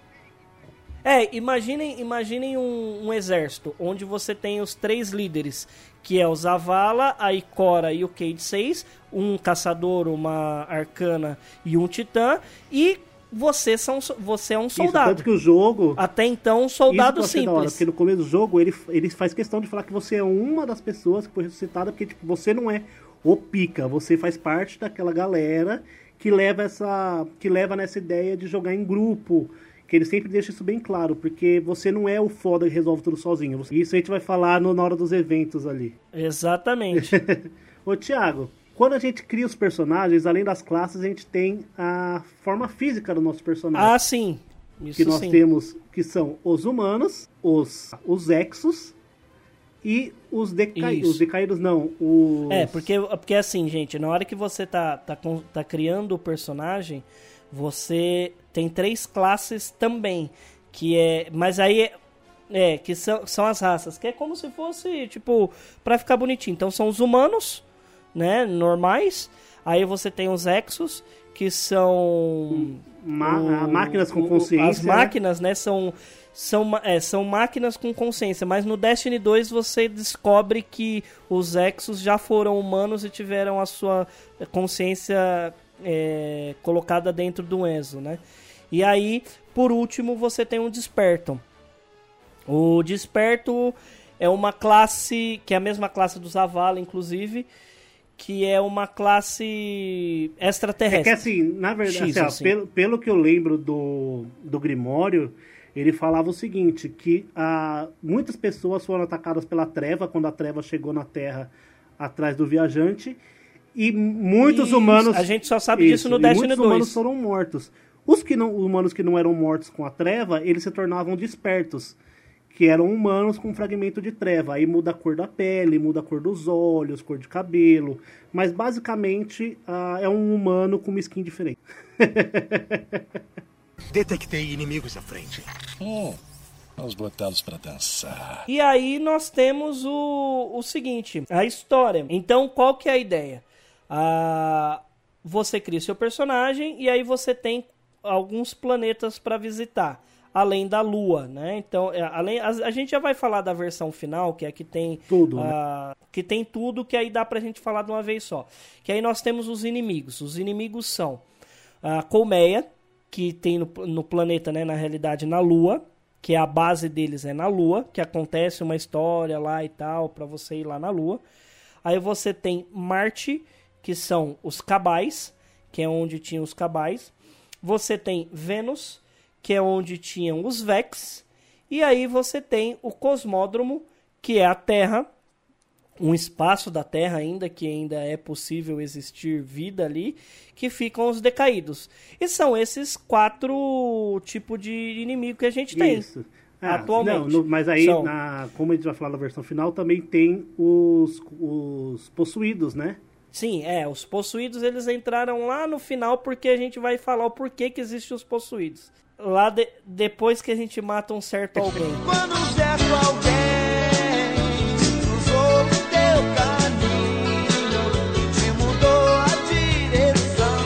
Imaginem um exército onde você tem os 3 líderes, que é o Zavala, a Ikora e o Cayde 6, um caçador, uma arcana e um titã, e você é um soldado. Isso, tanto que o jogo... Até então, um soldado isso simples. Da hora, porque no começo do jogo ele faz questão de falar que você é uma das pessoas que foi ressuscitada, porque tipo, você não é o pica, você faz parte daquela galera que leva nessa ideia de jogar em grupo. Que ele sempre deixa isso bem claro, porque você não é o foda que resolve tudo sozinho. Isso a gente vai falar na hora dos eventos ali. Exatamente. Ô, Thiago, quando a gente cria os personagens, além das classes, a gente tem a forma física do nosso personagem. Ah, sim. Isso que nós sim. temos, que são os humanos, os exos e os decaídos. Os decaídos não, os... porque assim, gente, na hora que você tá criando o personagem, você tem 3 classes também, mas aí que são as raças, que é como se fosse, tipo, pra ficar bonitinho. Então são os humanos, né, normais, aí você tem os exos, que são... máquinas com consciência. As máquinas, né, são máquinas com consciência, mas no Destiny 2 você descobre que os exos já foram humanos e tiveram a sua consciência colocada dentro do Enzo, né? E aí, por último, você tem um Desperton. O Desperto é uma classe, que é a mesma classe do Zavala, inclusive, que é uma classe extraterrestre. É que assim, na verdade, assim. Pelo que eu lembro do Grimório, ele falava o seguinte, que muitas pessoas foram atacadas pela treva, quando a treva chegou na Terra atrás do viajante, e muitos humanos... A gente só sabe disso no Destiny 2. Muitos humanos foram mortos. Os humanos que não eram mortos com a treva, eles se tornavam despertos, que eram humanos com fragmento de treva. Aí muda a cor da pele, muda a cor dos olhos, cor de cabelo. Mas basicamente é um humano com uma skin diferente. Detectei inimigos à frente. Vamos botá-los pra dançar. E aí nós temos o seguinte, a história. Então qual que é a ideia? Você cria seu personagem e aí você tem alguns planetas para visitar, além da Lua, né? Então, a gente já vai falar da versão final, que é que tem tudo, que tem tudo, que aí dá pra gente falar de uma vez só. Que aí nós temos os inimigos. Os inimigos são a Colmeia, que tem no planeta, né, na realidade, na Lua, que é a base deles é na Lua, que acontece uma história lá e tal, pra você ir lá na Lua. Aí você tem Marte, que são os Cabais, que é onde tinham os Cabais. Você tem Vênus, que é onde tinham os Vex. E aí você tem o Cosmódromo, que é a Terra, um espaço da Terra ainda, que ainda é possível existir vida ali, que ficam os decaídos. E são esses 4 tipos de inimigo que a gente tem atualmente. Não, mas aí, como a gente vai falar na versão final, também tem os possuídos, né? Sim, os possuídos eles entraram lá no final, porque a gente vai falar o porquê que existem os possuídos. Lá depois que a gente mata um certo alguém. Quando um certo alguém cruzou o teu caminho, te mudou a direção.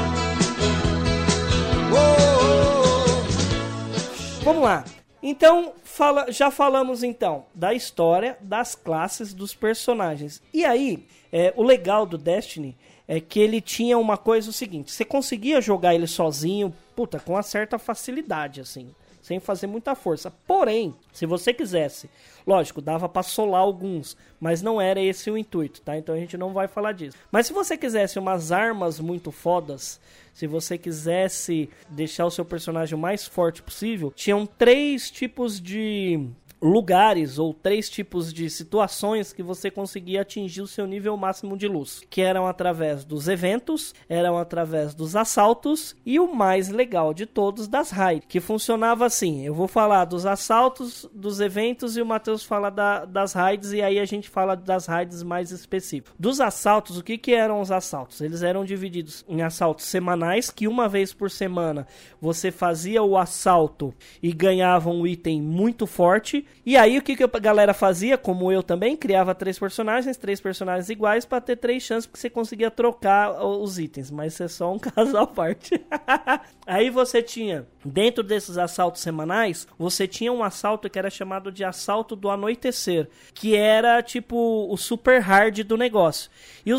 Vamos lá. Então, já falamos então da história, das classes, dos personagens. E aí, o legal do Destiny é que ele tinha uma coisa o seguinte, você conseguia jogar ele sozinho, com uma certa facilidade, assim, sem fazer muita força. Porém, se você quisesse, lógico, dava pra solar alguns, mas não era esse o intuito, tá? Então a gente não vai falar disso. Mas se você quisesse umas armas muito fodas, se você quisesse deixar o seu personagem o mais forte possível, tinham 3 tipos de lugares ou 3 tipos de situações que você conseguia atingir o seu nível máximo de luz, que eram através dos eventos, eram através dos assaltos e o mais legal de todos, das raids, que funcionava assim. Eu vou falar dos assaltos, dos eventos e o Matheus fala das raids, e aí a gente fala das raids mais específicas. Dos assaltos, o que eram os assaltos? Eles eram divididos em assaltos semanais, que uma vez por semana você fazia o assalto e ganhava um item muito forte. E aí o que a galera fazia, como eu também, criava 3 personagens iguais para ter 3 chances, porque você conseguia trocar os itens, mas isso é só um caso à parte. Aí você tinha, dentro desses assaltos semanais, você tinha um assalto que era chamado de assalto do anoitecer, que era tipo o super hard do negócio. E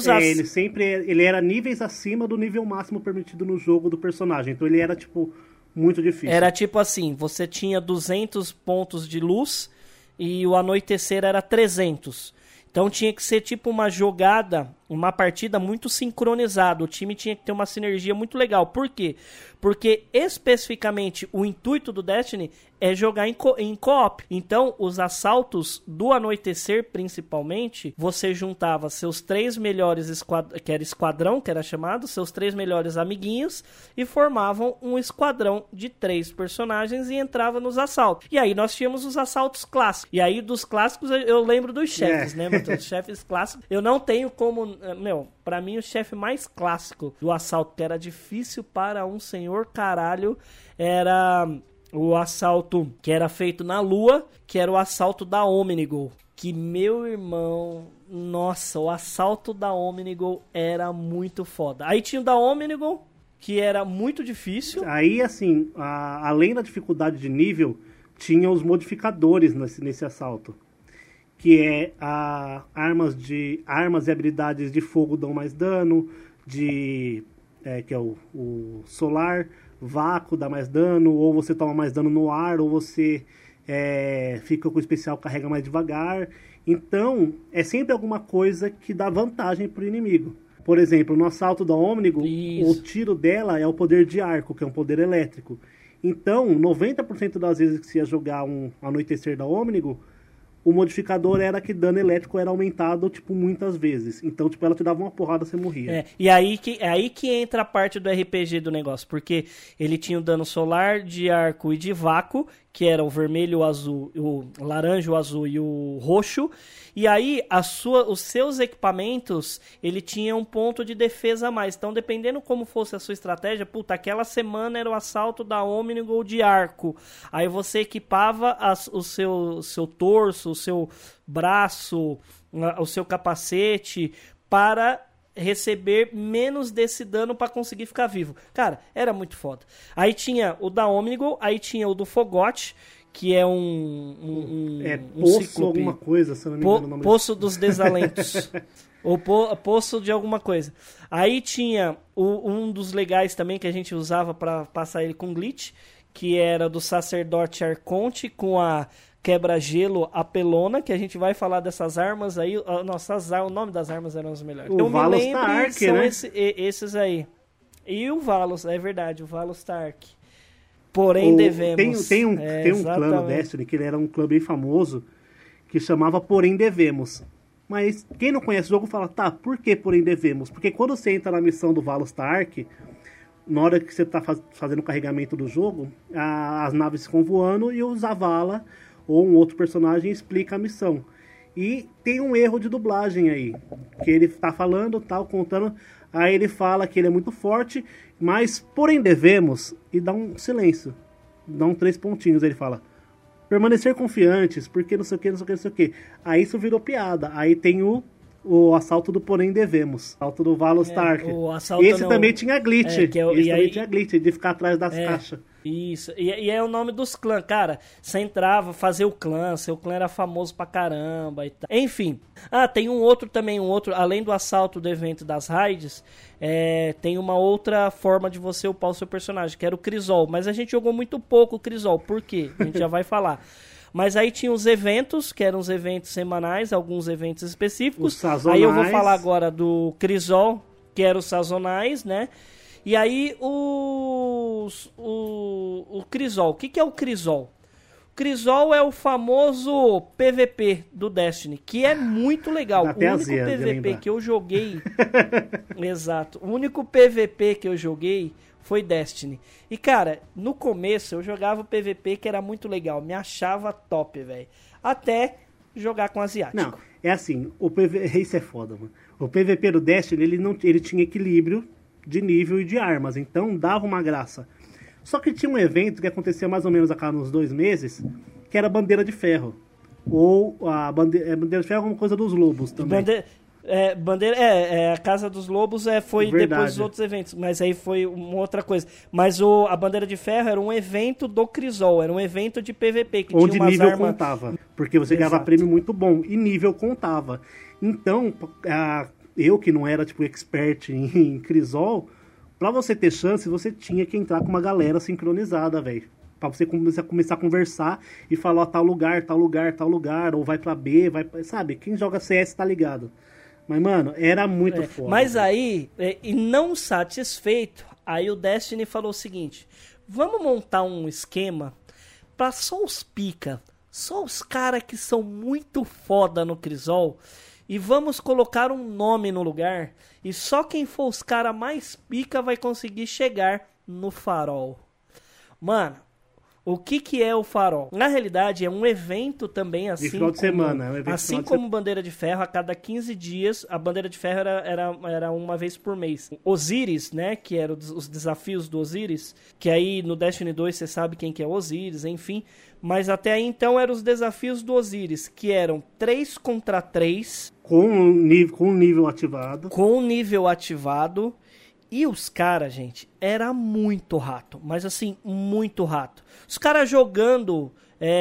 ele era níveis acima do nível máximo permitido no jogo do personagem, então ele era muito difícil. Era tipo assim, você tinha 200 pontos de luz e o anoitecer era 300. Então tinha que ser tipo uma jogada, uma partida muito sincronizada. O time tinha que ter uma sinergia muito legal. Por quê? Porque especificamente o intuito do Destiny é jogar em co-op. Então os assaltos do anoitecer principalmente, você juntava seus 3 melhores esquadrão, que era chamado, seus 3 melhores amiguinhos, e formavam um esquadrão de 3 personagens e entrava nos assaltos. E aí nós tínhamos os assaltos clássicos. E aí dos clássicos eu lembro dos chefes, né, Matheus? Chefes clássicos. Eu não tenho como... Pra mim o chefe mais clássico do assalto, que era difícil para um senhor caralho, era o assalto que era feito na lua, que era o assalto da Omnigol. Que, meu irmão, nossa, o assalto da Omnigol era muito foda. Aí tinha o da Omnigol, que era muito difícil. Aí, assim, além da dificuldade de nível, tinha os modificadores nesse assalto. Que é armas e habilidades de fogo dão mais dano, que é o solar, vácuo dá mais dano, ou você toma mais dano no ar, ou você fica com o especial, carrega mais devagar. Então, é sempre alguma coisa que dá vantagem pro inimigo. Por exemplo, no assalto da Omnigol, o tiro dela é o poder de arco, que é um poder elétrico. Então, 90% das vezes que você ia jogar um anoitecer da Omnigol, o modificador era que dano elétrico era aumentado, muitas vezes. Então, ela te dava uma porrada, você morria. E aí que entra a parte do RPG do negócio, porque ele tinha o dano solar, de arco e de vácuo, que era o vermelho, o azul, o laranja, o azul e o roxo. E aí, os seus equipamentos, ele tinha um ponto de defesa a mais. Então, dependendo como fosse a sua estratégia, aquela semana era o assalto da Omnigol de arco. Aí você equipava o seu torso, o seu braço, o seu capacete, para receber menos desse dano para conseguir ficar vivo. Cara, era muito foda. Aí tinha o da Omnigol, aí tinha o do Fogote, que é um poço cíclope, alguma coisa, se não me engano o nome Poço dos Desalentos. Ou poço de alguma coisa. Aí tinha um dos legais também que a gente usava para passar ele com glitch, que era do Sacerdote Arconte com a quebra-gelo apelona, que a gente vai falar dessas armas aí. O nome das armas eram os melhores. O Valos Stark, são né? Esses aí. E o Valos, é verdade, o Valos Stark. Porém, devemos. Tem um clã no Destiny, que ele era um clã bem famoso, que chamava Porém Devemos. Mas quem não conhece o jogo fala, tá, por que porém devemos? Porque quando você entra na missão do Valos Tark, na hora que você tá fazendo o carregamento do jogo, as naves ficam voando e o Zavala ou um outro personagem explica a missão. E tem um erro de dublagem aí, que ele tá falando, tal, contando, aí ele fala que ele é muito forte, mas porém devemos, e dá um silêncio, dá 3 pontinhos, ele fala, permanecer confiantes, porque não sei o que, não sei o que, não sei o que. Aí isso virou piada, aí tem o assalto do porém devemos, assalto do Valos Tark. Esse também tinha glitch, tinha glitch, de ficar atrás das caixas. Isso, e é o nome dos clãs, cara, você entrava, fazia o clã, seu clã era famoso pra caramba e tal. Enfim, tem um outro, além do assalto do evento das raids, tem uma outra forma de você upar o seu personagem, que era o Crisol, mas a gente jogou muito pouco o Crisol, por quê? A gente já vai falar. Mas aí tinha os eventos, que eram os eventos semanais, alguns eventos específicos. Os sazonais. Aí eu vou falar agora do Crisol, que eram os sazonais, né? E aí o Crisol. O que é o Crisol? O Crisol é o famoso PVP do Destiny, que é muito legal. O único PVP que eu joguei... Exato. O único PVP que eu joguei foi Destiny. E, cara, no começo eu jogava o PVP que era muito legal. Me achava top, velho. Até jogar com asiático. Não, é assim, isso é foda, mano. O PVP do Destiny, ele tinha equilíbrio de nível e de armas, então dava uma graça. Só que tinha um evento que acontecia mais ou menos a cada uns 2 meses, que era Bandeira de Ferro. Ou a Bandeira de Ferro é alguma coisa dos Lobos também. A Casa dos Lobos foi Verdade. Depois dos outros eventos, mas aí foi uma outra coisa. Mas a Bandeira de Ferro era um evento do Crisol, era um evento de PVP que onde tinha umas nível armas... contava, porque você ganhava prêmio muito bom e nível contava. Então, eu que não era tipo expert em Crisol, pra você ter chance, você tinha que entrar com uma galera sincronizada, velho. Pra você começar a conversar e falar, ó, tal lugar, ou vai pra B, sabe? Quem joga CS tá ligado. Mas, mano, era muito foda. Mas aí, e não satisfeito, aí o Destiny falou o seguinte, vamos montar um esquema pra só os pica, só os caras que são muito foda no Crisol, e vamos colocar um nome no lugar, e só quem for os caras mais pica vai conseguir chegar no farol. Mano, o que é o farol? Na realidade, é um evento também, assim de final de semana. Assim como Bandeira de Ferro, a cada 15 dias, a Bandeira de Ferro era uma vez por mês. Osiris, né, que eram os desafios do Osiris, que aí no Destiny 2 você sabe quem que é Osiris, enfim. Mas até aí, então, eram os desafios do Osiris, que eram 3 contra 3. Com nível ativado. Com nível ativado. E os caras, gente, era muito rato. Mas assim, muito rato. Os caras jogando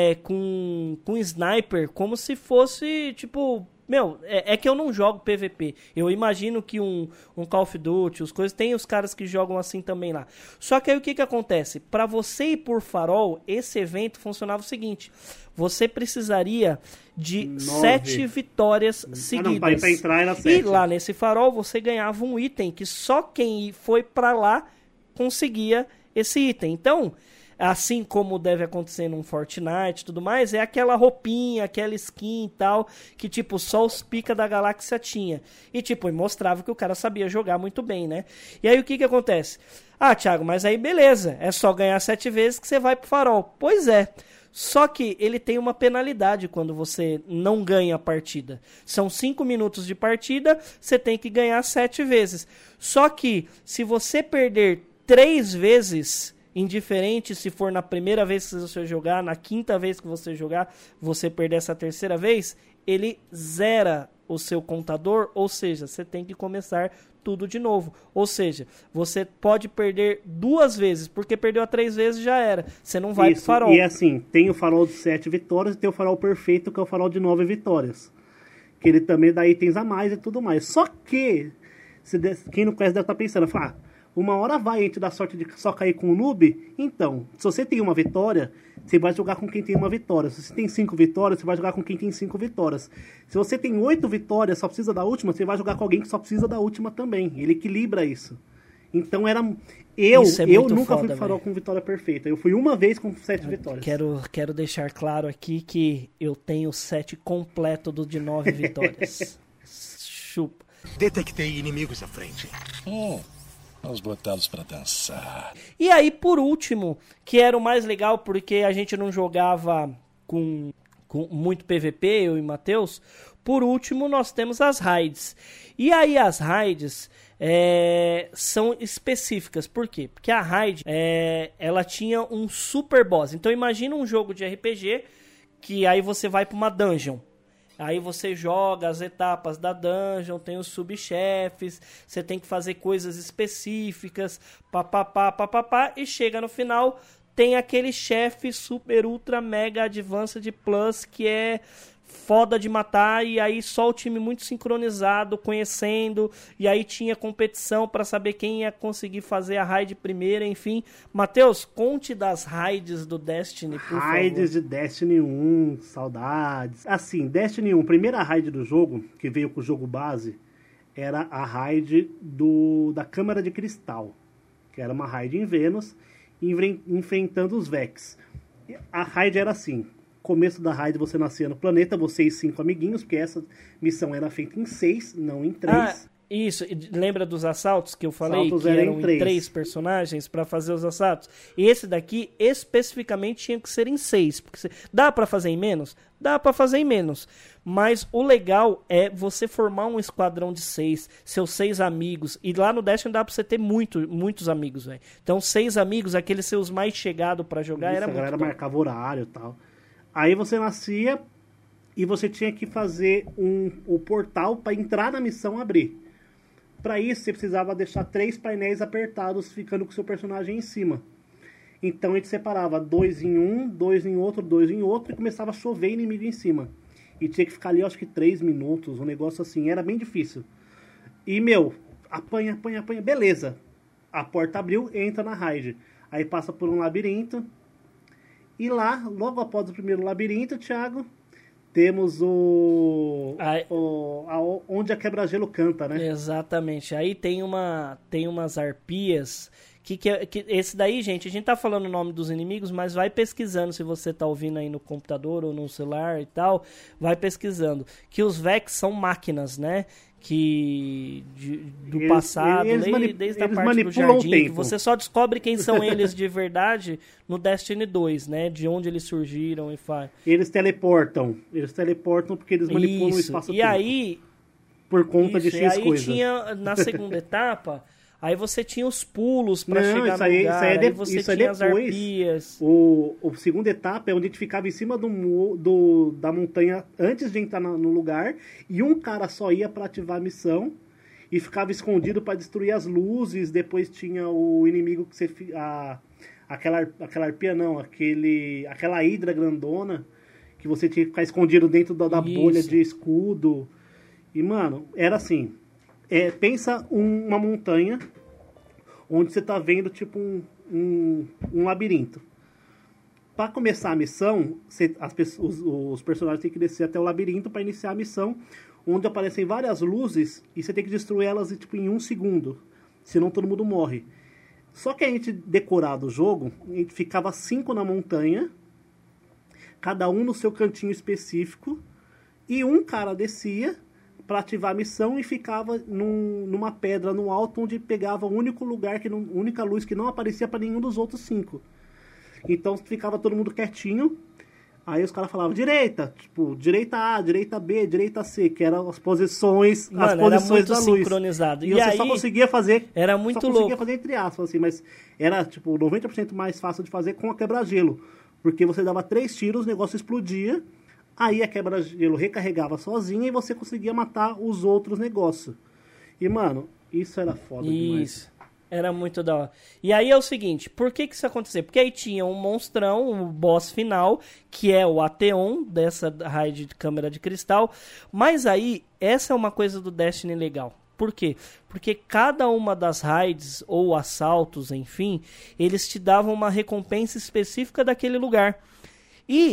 com sniper como se fosse, tipo... Meu, é que eu não jogo PVP. Eu imagino que um Call of Duty, os coisas, tem os caras que jogam assim também lá. Só que aí o que acontece? Pra você ir por farol, esse evento funcionava o seguinte. Você precisaria de 7 vitórias seguidas. Não, pra entrar era 7. E lá nesse farol você ganhava um item que só quem foi pra lá conseguia esse item. Então... Assim como deve acontecer num Fortnite e tudo mais, é aquela roupinha, aquela skin e tal, que tipo, só os pica da galáxia tinha. E tipo, mostrava que o cara sabia jogar muito bem, né? E aí o que acontece? Ah, Thiago, mas aí beleza, é só ganhar 7 vezes que você vai pro farol. Pois é. Só que ele tem uma penalidade quando você não ganha a partida. São 5 minutos de partida, você tem que ganhar 7 vezes. Só que se você perder 3 vezes... Indiferente se for na primeira vez que você jogar, na quinta vez que você jogar, você perder essa terceira vez, ele zera o seu contador, ou seja, você tem que começar tudo de novo. Ou seja, você pode perder 2 vezes, porque perdeu a 3 vezes já era. Você não vai pro farol. E assim, tem o farol de 7 vitórias e tem o farol perfeito, que é o farol de 9 vitórias. Que ele também dá itens a mais e tudo mais. Só que, quem não conhece deve estar pensando, uma hora vai a gente dar sorte de só cair com o noob. Então, se você tem uma vitória, você vai jogar com quem tem uma vitória. Se você tem 5 vitórias, você vai jogar com quem tem 5 vitórias. Se você tem 8 vitórias, só precisa da última, você vai jogar com alguém que só precisa da última também. Ele equilibra isso. Então era... Isso é Eu muito nunca foda, fui pro farol velho. com vitória perfeita. Eu fui uma vez com 7 vitórias. Quero deixar claro aqui que eu tenho 7 completo do de 9 vitórias. Chupa. Detectei inimigos à frente. Vamos botá-los pra dançar. E aí, por último, que era o mais legal, porque a gente não jogava com muito PVP, eu e Matheus. Por último, nós temos as raids. E aí, as raids são específicas. Por quê? Porque a raid, ela tinha um super boss. Então, imagina um jogo de RPG que aí você vai para uma dungeon. Aí você joga as etapas da dungeon, tem os subchefes, você tem que fazer coisas específicas, papapá, e chega no final, tem aquele chefe super, ultra, mega, advanced plus, que é foda de matar, e aí só o time muito sincronizado, conhecendo, e aí tinha competição para saber quem ia conseguir fazer a raid primeiro, enfim. Matheus, conte das raids do Destiny, por favor. Raids de Destiny 1, saudades. Assim, Destiny 1, primeira raid do jogo, que veio com o jogo base, era a raid da Câmara de Cristal, que era uma raid em Vênus, enfrentando os Vex. A raid era assim: começo da raid você nascia no planeta, você e 5 amiguinhos, porque essa missão era feita em 6, não em 3. Isso, lembra dos assaltos que eu falei? Assaltos que eram em 3. 3 personagens para fazer os assaltos? Esse daqui, especificamente, tinha que ser em 6. Porque dá para fazer em menos? Dá para fazer em menos. Mas o legal é você formar um esquadrão de 6, seus 6 amigos. E lá no Destiny dá pra você ter muitos amigos, velho. Então 6 amigos, aqueles seus mais chegados para jogar, era a muito galera bom. marcava horário e tal. Aí você nascia e você tinha que fazer o portal para entrar na missão abrir. Para isso, você precisava deixar 3 painéis apertados, ficando com o seu personagem em cima. Então a gente separava 2 em um, 2 em outro, 2 em outro, e começava a chover inimigo em cima. E tinha que ficar ali, acho que 3 minutos, um negócio assim. Era bem difícil. E, apanha, beleza. A porta abriu, entra na raid. Aí passa por um labirinto. E lá, logo após o primeiro labirinto, Thiago, temos onde a quebra-gelo canta, né? Exatamente. Aí tem umas arpias que esse daí, gente, a gente tá falando o nome dos inimigos, mas vai pesquisando, se você tá ouvindo aí no computador ou no celular e tal, vai pesquisando. Que os Vex são máquinas, né? Do passado, desde a parte do jardim, que você só descobre quem são eles de verdade no Destiny 2, né? De onde eles surgiram e faz. Eles teleportam porque eles manipulam o espaço-tempo. E aí, por conta de X coisa. Tinha, na segunda etapa, aí você tinha os pulos pra chegar no lugar, aí você tinha as arpias. A segunda etapa é onde a gente ficava em cima da montanha antes de entrar no lugar, e um cara só ia pra ativar a missão e ficava escondido pra destruir as luzes. Depois tinha o inimigo que você... aquela arpia não, aquela hidra grandona que você tinha que ficar escondido dentro da bolha de escudo. E, mano, era assim... pensa uma montanha onde você tá vendo tipo um labirinto. Para começar a missão, os personagens têm que descer até o labirinto para iniciar a missão, onde aparecem várias luzes e você tem que destruir elas tipo, em 1 segundo. Senão todo mundo morre. Só que a gente decorado o jogo, a gente ficava 5 na montanha, cada um no seu cantinho específico, e um cara descia para ativar a missão e ficava numa pedra no alto, onde pegava o único lugar, única luz que não aparecia para nenhum dos outros 5. Então ficava todo mundo quietinho. Aí os caras falavam direita, tipo, direita A, direita B, direita C, que eram as posições, mano, as posições da luz. Sincronizado. E você aí, só conseguia fazer... Era muito louco. Só conseguia fazer entre aspas, assim, mas era, tipo, 90% mais fácil de fazer com a quebra-gelo. Porque você dava 3 tiros, o negócio explodia... Aí a quebra-gelo recarregava sozinha e você conseguia matar os outros negócios. E, mano, isso era foda demais. Isso. Era muito da hora. E aí é o seguinte, por que isso aconteceu? Porque aí tinha um monstrão, um boss final, que é o Atheon, dessa raid de câmera de cristal. Mas aí, essa é uma coisa do Destiny legal. Por quê? Porque cada uma das raids, ou assaltos, enfim, eles te davam uma recompensa específica daquele lugar. E...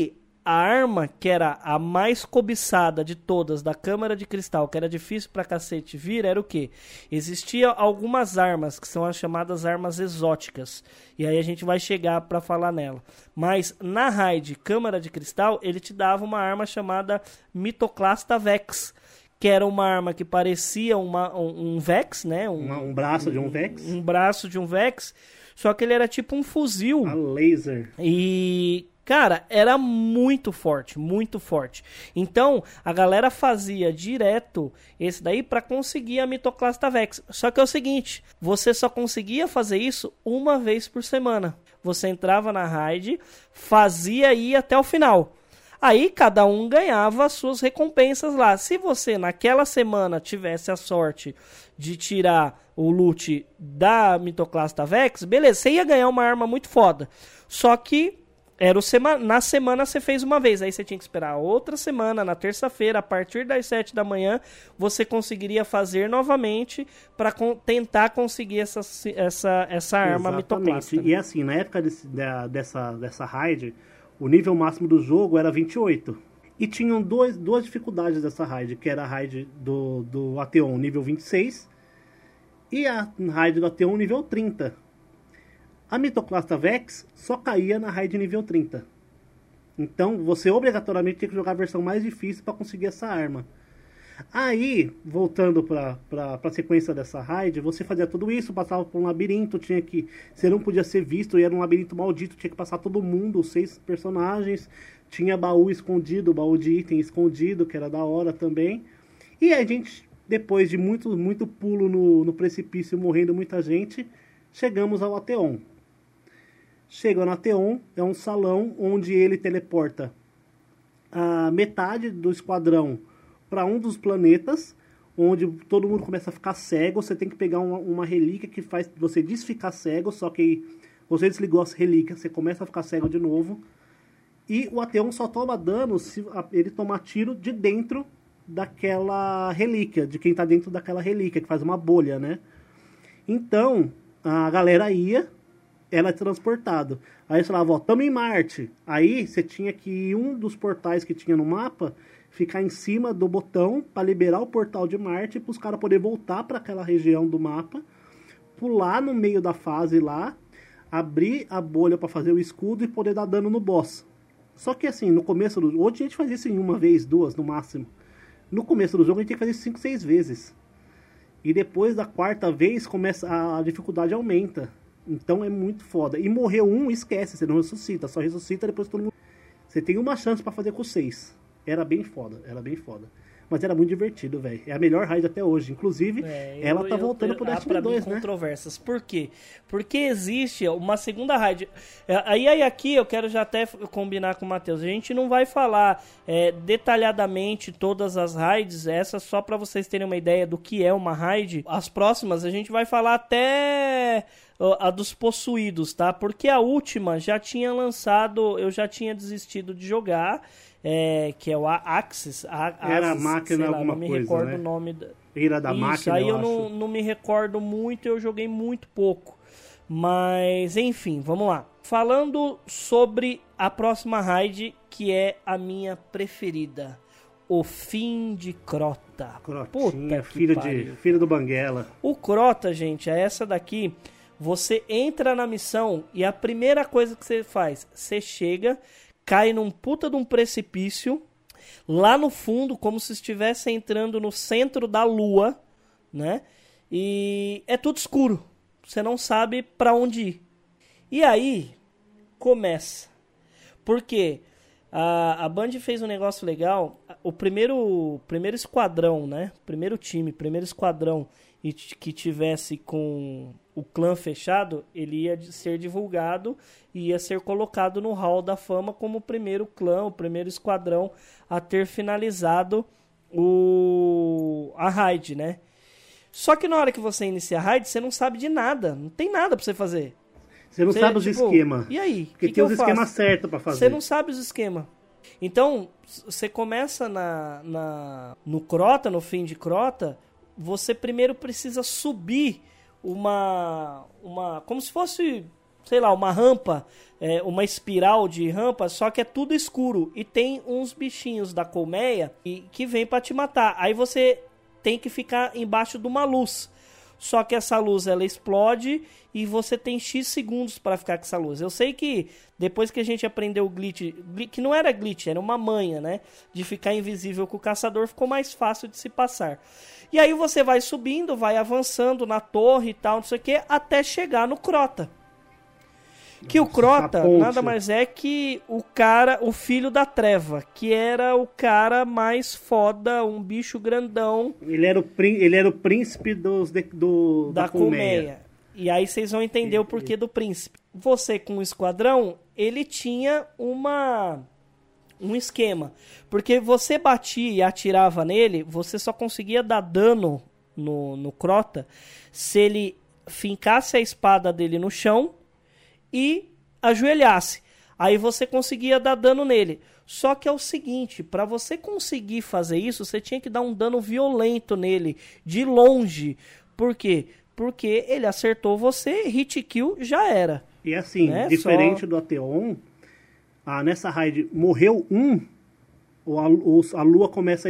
a arma que era a mais cobiçada de todas da Câmara de Cristal, que era difícil pra cacete vir, era o quê? Existia algumas armas, que são as chamadas armas exóticas. E aí a gente vai chegar pra falar nela. Mas na raid Câmara de Cristal, ele te dava uma arma chamada Mitoclasta Vex, que era uma arma que parecia um Vex, né? Um braço de um Vex. Um braço de um Vex, só que ele era tipo um fuzil. A laser. E... cara, era muito forte, muito forte. Então, a galera fazia direto esse daí pra conseguir a Mitoclasta Vex. Só que é o seguinte, você só conseguia fazer isso uma vez por semana. Você entrava na raid, fazia e ia até o final. Aí, cada um ganhava as suas recompensas lá. Se você, naquela semana, tivesse a sorte de tirar o loot da Mitoclasta Vex, beleza, você ia ganhar uma arma muito foda. Só que... na semana você fez uma vez, aí você tinha que esperar outra semana, na terça-feira, a partir das 7 da manhã, você conseguiria fazer novamente para tentar conseguir essa arma Mitoclasta. E assim, na época dessa raid, o nível máximo do jogo era 28. E tinham duas dificuldades dessa raid, que era a raid do Ateon nível 26 e a raid do Ateon nível 30. A Mitoclasta Vex só caía na raid nível 30. Então, você obrigatoriamente tinha que jogar a versão mais difícil para conseguir essa arma. Aí, voltando para a sequência dessa raid, você fazia tudo isso, passava por um labirinto, você não podia ser visto, e era um labirinto maldito, tinha que passar todo mundo, 6 personagens, tinha baú escondido, baú de item escondido, que era da hora também. E a gente, depois de muito pulo no precipício, morrendo muita gente, chegamos ao Ateon. Chega no Ateon, é um salão onde ele teleporta a metade do esquadrão para um dos planetas, onde todo mundo começa a ficar cego. Você tem que pegar uma relíquia que faz você desficar cego, só que você desligou as relíquias, você começa a ficar cego de novo. E o Ateon só toma dano se ele tomar tiro de dentro daquela relíquia, de quem está dentro daquela relíquia, que faz uma bolha, né? Então, a galera ela é transportado. Aí você falava, tamo em Marte. Aí você tinha que ir um dos portais que tinha no mapa, ficar em cima do botão para liberar o portal de Marte, para os caras poderem voltar para aquela região do mapa, pular no meio da fase lá, abrir a bolha para fazer o escudo e poder dar dano no boss. Só que assim, no começo do jogo, hoje a gente fazia isso em uma vez, 2 no máximo. No começo do jogo a gente tinha que fazer 5, 6 vezes. E depois da 4ª vez a dificuldade aumenta. Então é muito foda. E morreu esquece, você não ressuscita. Só ressuscita depois que todo mundo... Você tem uma chance pra fazer com 6. Era bem foda. Mas era muito divertido, velho. É a melhor raid até hoje. Inclusive, ela tá voltando pro Destiny 2, né? Controvérsias. Por quê? Porque existe uma segunda raid. Aí aqui eu quero já até combinar com o Matheus. A gente não vai falar detalhadamente todas as raids. Essa só pra vocês terem uma ideia do que é uma raid. As próximas a gente vai falar até... a dos possuídos, tá? Porque a última já tinha lançado, eu já tinha desistido de jogar, que é o Axis. Era a máquina alguma coisa, né? Não me recordo o nome. Era da máquina, aí eu não me recordo muito, eu joguei muito pouco. Mas, enfim, vamos lá. Falando sobre a próxima raid, que é a minha preferida. O Fim de Crota. Crotinha, filho do Banguela. O Crota, gente, é essa daqui... Você entra na missão e a primeira coisa que você faz, você chega, cai num puta de um precipício, lá no fundo, como se estivesse entrando no centro da lua, né? E é tudo escuro, você não sabe pra onde ir. E aí, começa. Porque a Band fez um negócio legal, o primeiro esquadrão, né? Primeiro esquadrão que tivesse com... o clã fechado, ele ia ser divulgado e ia ser colocado no Hall da Fama como o primeiro clã, o primeiro esquadrão a ter finalizado a raid, né? Só que na hora que você inicia a raid, você não sabe de nada, não tem nada pra você fazer. Você não sabe os esquemas. E aí? Porque tem os esquemas certos pra fazer. Você não sabe os esquemas. Então, você começa no Crota, no Fim de Crota, você primeiro precisa subir como se fosse, sei lá, uma rampa, uma espiral de rampa, só que é tudo escuro. E tem uns bichinhos da colmeia que vem pra te matar. Aí você tem que ficar embaixo de uma luz. Só que essa luz, ela explode e você tem X segundos para ficar com essa luz. Eu sei que depois que a gente aprendeu o glitch, que não era glitch, era uma manha, né? De ficar invisível com o caçador, ficou mais fácil de se passar. E aí você vai subindo, vai avançando na torre e tal, não sei o que, até chegar no Crota. Que o Crota nada mais é que o filho da Treva, que era o cara mais foda, um bicho grandão. Ele era o príncipe da colmeia. E aí vocês vão entender o porquê do príncipe. Você com o esquadrão, ele tinha um esquema. Porque você batia e atirava nele, você só conseguia dar dano no Crota se ele fincasse a espada dele no chão e ajoelhasse. Aí você conseguia dar dano nele. Só que é o seguinte, para você conseguir fazer isso, você tinha que dar um dano violento nele, de longe. Por quê? Porque ele acertou você, hit kill, já era. E assim, né? Diferente do Ateon, nessa raid morreu a lua começa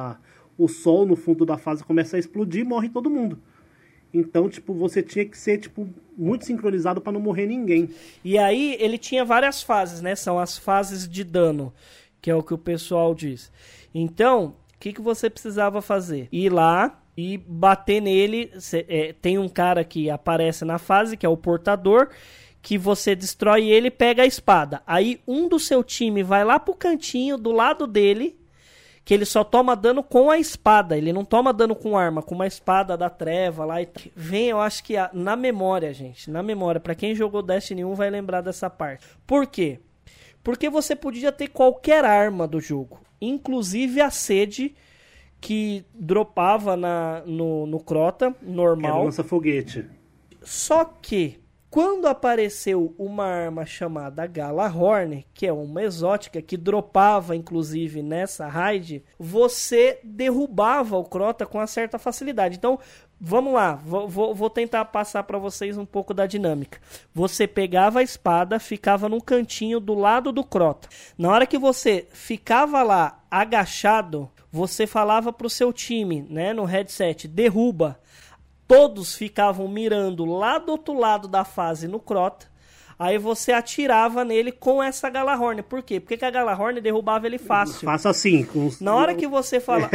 o sol no fundo da fase começa a explodir e morre todo mundo. Então, tipo, você tinha que ser, tipo, muito sincronizado para não morrer ninguém. E aí, ele tinha várias fases, né? São as fases de dano, que é o que o pessoal diz. Então, o que você precisava fazer? Ir lá e bater nele. Tem um cara que aparece na fase, que é o portador, que você destrói ele e pega a espada. Aí, um do seu time vai lá pro cantinho, do lado dele, que ele só toma dano com a espada, ele não toma dano com arma, com uma espada da treva lá. Vem, eu acho que na memória, gente, na memória, pra quem jogou Destiny 1 vai lembrar dessa parte. Por quê? Porque você podia ter qualquer arma do jogo, inclusive a sede que dropava no Crota, normal. Era lança-foguete. Só que quando apareceu uma arma chamada Galahorn, que é uma exótica que dropava inclusive nessa raid, você derrubava o Crota com uma certa facilidade. Então, vamos lá, vou tentar passar para vocês um pouco da dinâmica. Você pegava a espada, ficava num cantinho do lado do Crota. Na hora que você ficava lá agachado, você falava pro seu time, né, no headset, derruba. Todos ficavam mirando lá do outro lado da fase no Crota. Aí você atirava nele com essa Galahorn. Por quê? Porque a Galahorn derrubava ele fácil. Faça assim. Na hora que você fala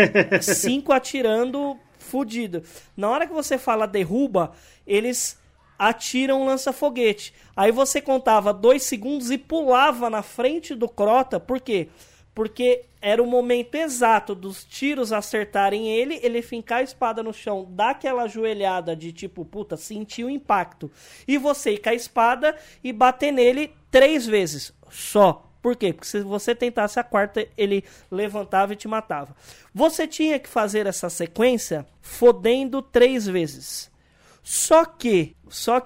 5 atirando, fudido. Na hora que você fala derruba, eles atiram lança-foguete. Aí você contava 2 segundos e pulava na frente do Crota. Por quê? Porque era o momento exato dos tiros acertarem ele fincar a espada no chão, dar aquela ajoelhada de tipo, puta, sentir o impacto. E você ir com a espada e bater nele 3 vezes só. Por quê? Porque se você tentasse a quarta, ele levantava e te matava. Você tinha que fazer essa sequência fodendo 3 vezes. Só que,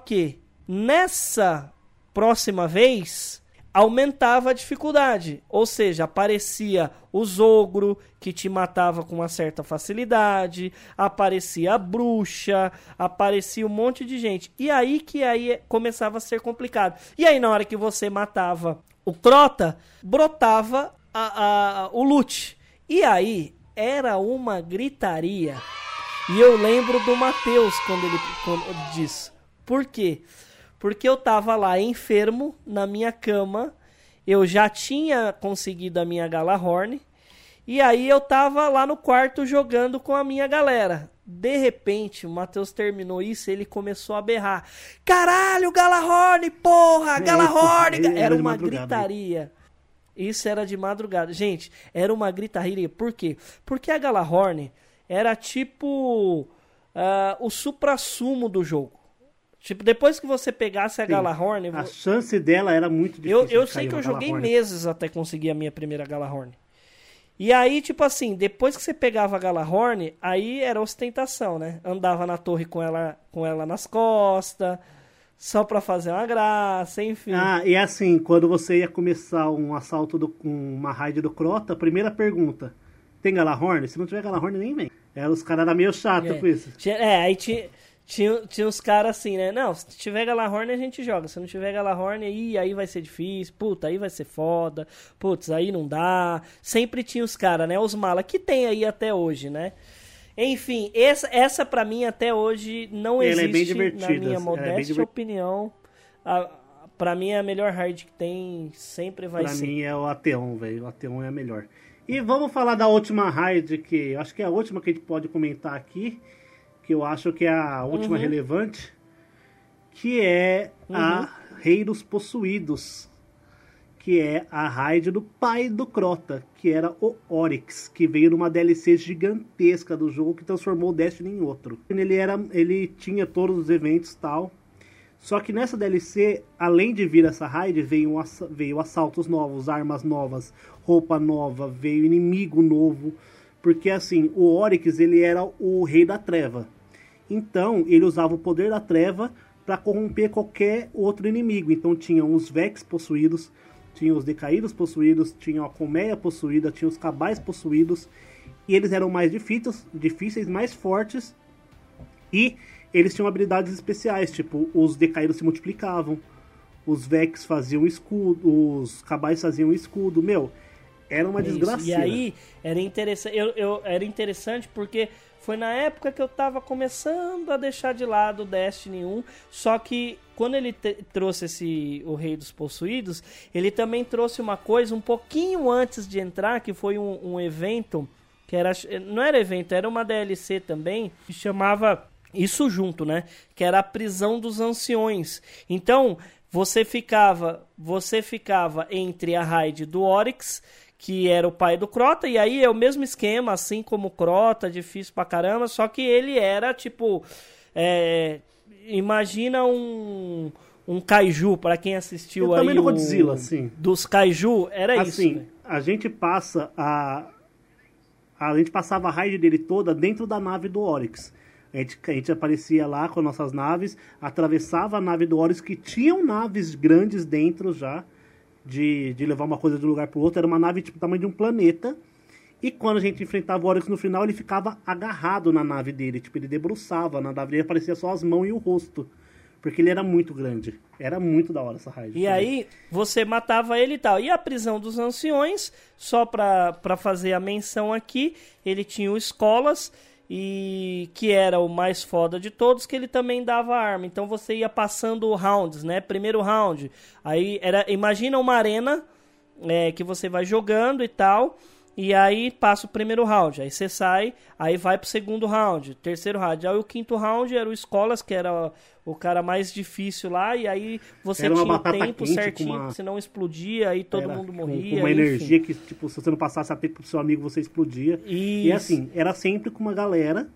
nessa próxima vez, aumentava a dificuldade, ou seja, aparecia o Zogro, que te matava com uma certa facilidade, aparecia a bruxa, aparecia um monte de gente, e aí começava a ser complicado. E aí na hora que você matava o Crota, brotava o loot, e aí era uma gritaria, e eu lembro do Matheus quando disse, por quê? Porque eu tava lá enfermo, na minha cama, eu já tinha conseguido a minha Galahorn, e aí eu tava lá no quarto jogando com a minha galera. De repente, o Matheus terminou isso e ele começou a berrar. Caralho, Galahorn, porra, Galahorn! Era uma gritaria. Isso era de madrugada. Gente, era uma gritaria. Por quê? Porque a Galahorn era tipo o suprassumo do jogo. Tipo, depois que você pegasse a Galahorn... A chance dela era muito difícil. Eu sei que eu joguei meses até conseguir a minha primeira Galahorn. E aí, tipo assim, depois que você pegava a Galahorn, aí era ostentação, né? Andava na torre com ela nas costas, só pra fazer uma graça, enfim. E assim, quando você ia começar um assalto com uma raid do Crota, a primeira pergunta, tem Galahorn? Se não tiver Galahorn, nem vem. Os caras eram meio chatos com isso. Aí tinha uns caras assim, né? Não, se tiver Galahorn a gente joga. Se não tiver Galahorn, aí vai ser difícil. Puta, aí vai ser foda. Putz, aí não dá. Sempre tinha os caras, né? Os mala, que tem aí até hoje, né? Enfim, essa pra mim até hoje não Ela existe, é bem divertida, na minha modesta opinião. Pra mim é a melhor raid que tem, sempre vai ser. Pra mim é o Ateon, velho. O Ateon é a melhor. E vamos falar da última raid, que acho que é a última que a gente pode comentar aqui, que eu acho que é a última relevante, que é a Rei dos Possuídos, que é a raid do pai do Crota, que era o Oryx, que veio numa DLC gigantesca do jogo que transformou o Destiny em outro. Ele tinha todos os eventos e tal, só que nessa DLC, além de vir essa raid, veio assaltos novos, armas novas, roupa nova, veio inimigo novo, porque assim, o Oryx ele era o rei da treva. Então, ele usava o poder da treva para corromper qualquer outro inimigo. Então, tinham os Vex possuídos, tinha os Decaídos possuídos, tinha a Colmeia possuída, tinha os Cabais possuídos. E eles eram mais difíceis, mais fortes. E eles tinham habilidades especiais, tipo, os Decaídos se multiplicavam, os Vex faziam escudo, os Cabais faziam escudo. Meu, era uma desgraça. E aí, era interessante, era interessante porque foi na época que eu tava começando a deixar de lado o Destiny 1, só que quando ele trouxe o Rei dos Possuídos, ele também trouxe uma coisa um pouquinho antes de entrar, que foi um evento, que não era evento, era uma DLC também, que chamava isso junto, né? Que era a Prisão dos Anciões. Então, você ficava entre a raid do Oryx, que era o pai do Crota, e aí é o mesmo esquema, assim como o Crota, difícil pra caramba, só que ele era, tipo, imagina um Kaiju, pra quem assistiu aí do Godzilla, assim. Dos Kaiju, era assim, isso. Né? A gente passava a raid dele toda dentro da nave do Oryx. A gente aparecia lá com nossas naves, atravessava a nave do Oryx, que tinham naves grandes dentro já, de levar uma coisa de um lugar pro outro. Era uma nave tipo do tamanho de um planeta. E quando a gente enfrentava o Oryx no final, ele ficava agarrado na nave dele. Tipo, ele debruçava na nave dele, aparecia só as mãos e o rosto. Porque ele era muito grande. Era muito da hora essa raid. E aí, você matava ele e tal. E a Prisão dos Anciões, só pra fazer a menção aqui, ele tinha o Escolas, e que era o mais foda de todos, que ele também dava arma. Então você ia passando rounds, né? Primeiro round, aí imagina uma arena que você vai jogando e tal, e aí passa o primeiro round, aí você sai, aí vai pro segundo round, terceiro round, aí o quinto round era o Escolas, que era o cara mais difícil lá, e aí você tinha o tempo certinho, se não explodia, aí todo mundo morria. Com uma energia que, tipo, se você não passasse a tempo pro seu amigo, você explodia. Isso. E assim, era sempre com uma galera.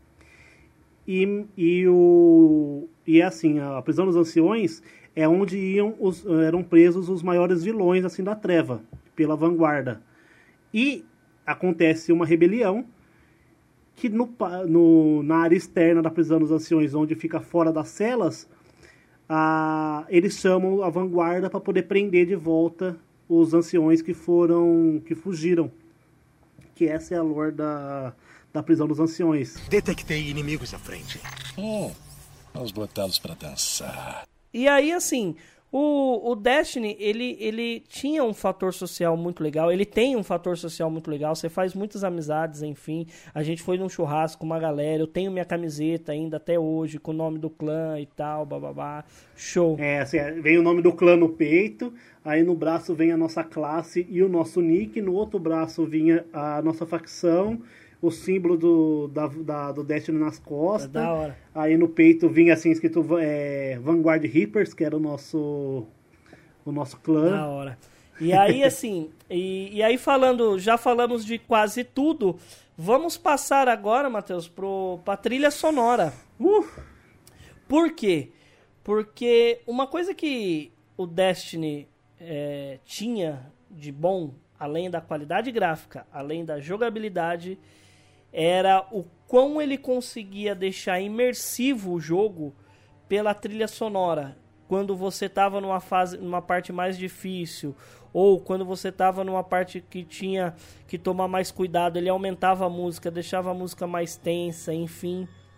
E assim, a Prisão dos Anciões é onde eram presos os maiores vilões, assim, da treva, pela vanguarda. E acontece uma rebelião, que na área externa da Prisão dos Anciões, onde fica fora das celas, eles chamam a vanguarda para poder prender de volta os anciões que fugiram. Que essa é a lore da Prisão dos Anciões. Detectei inimigos à frente. Vamos botá-los para dançar. E aí, assim, o Destiny, ele tinha um fator social muito legal, ele tem um fator social muito legal, você faz muitas amizades, enfim. A gente foi num churrasco com uma galera, eu tenho minha camiseta ainda até hoje, com o nome do clã e tal, bababá, show. Assim, vem o nome do clã no peito, aí no braço vem a nossa classe e o nosso nick, no outro braço vinha a nossa facção, o símbolo do Destiny nas costas. Da hora. Aí no peito vinha assim escrito Vanguard Reapers, que era o nosso clã. Da hora. E aí assim, e aí já falamos de quase tudo. Vamos passar agora, Matheus, pra trilha sonora. Por quê? Porque uma coisa que o Destiny tinha de bom, além da qualidade gráfica, além da jogabilidade, era o quão ele conseguia deixar imersivo o jogo pela trilha sonora. Quando você estava numa parte mais difícil, ou quando você estava numa parte que tinha que tomar mais cuidado, ele aumentava a música, deixava a música mais tensa, enfim.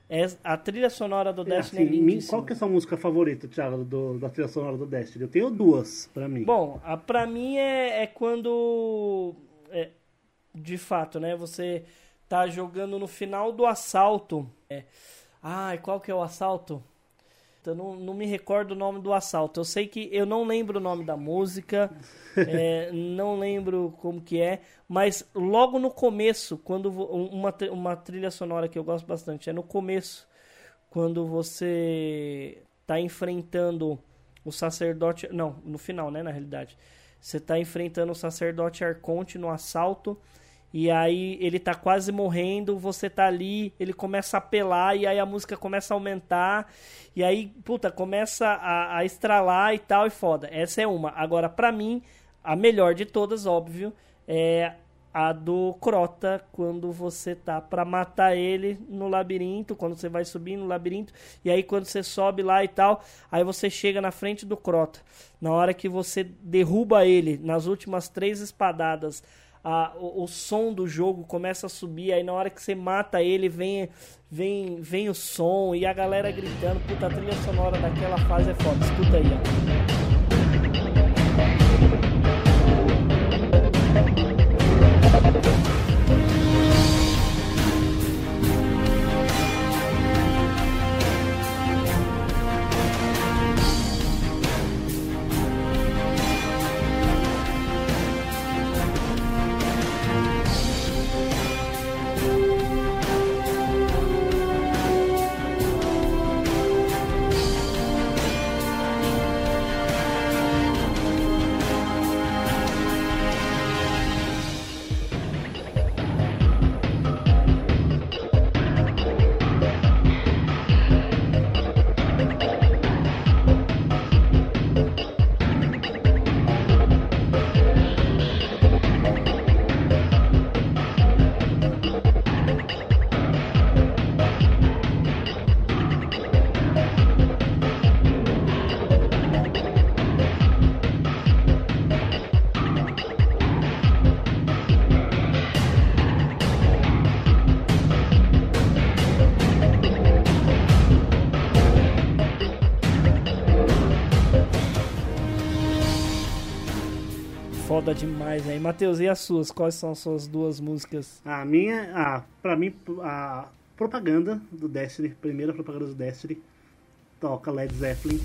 A trilha sonora do Destiny assim, é lindíssima. qual que é a sua música favorita, Thiago, da trilha sonora do Destiny? Eu tenho duas, pra mim. Bom, pra mim é quando... de fato, né? Você tá jogando no final do assalto. Qual que é o assalto? Eu não me recordo o nome do assalto. Eu sei que eu não lembro o nome da música, não lembro como que é, mas logo no começo, quando uma trilha sonora que eu gosto bastante, é no começo, quando você tá enfrentando o sacerdote... Não, no final, né, na realidade. Você tá enfrentando o sacerdote Arconte no assalto, e aí ele tá quase morrendo, você tá ali, ele começa a apelar, e aí a música começa a aumentar, e aí, começa a estralar e tal, e foda. Essa é uma. Agora, pra mim, a melhor de todas, óbvio, é a do Crota, quando você tá pra matar ele no labirinto, quando você vai subir no labirinto, e aí quando você sobe lá e tal, aí você chega na frente do Crota. Na hora que você derruba ele, nas últimas 3 espadadas, o som do jogo começa a subir, aí na hora que você mata ele, vem o som e a galera gritando. Puta, a trilha sonora daquela fase é foda. Escuta aí, ó. Foda demais, aí. Matheus, e as suas? Quais são as suas duas músicas? A minha, pra mim, a propaganda do Destiny, primeira propaganda do Destiny, toca Led Zeppelin.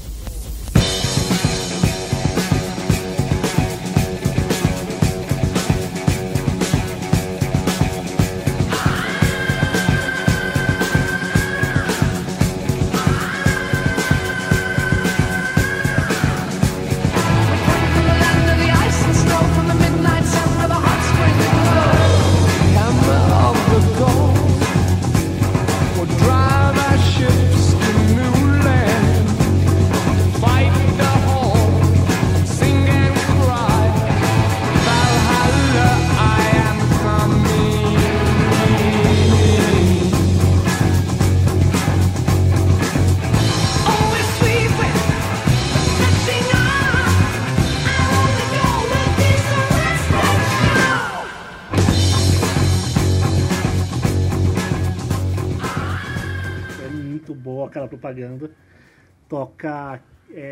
Aquela propaganda toca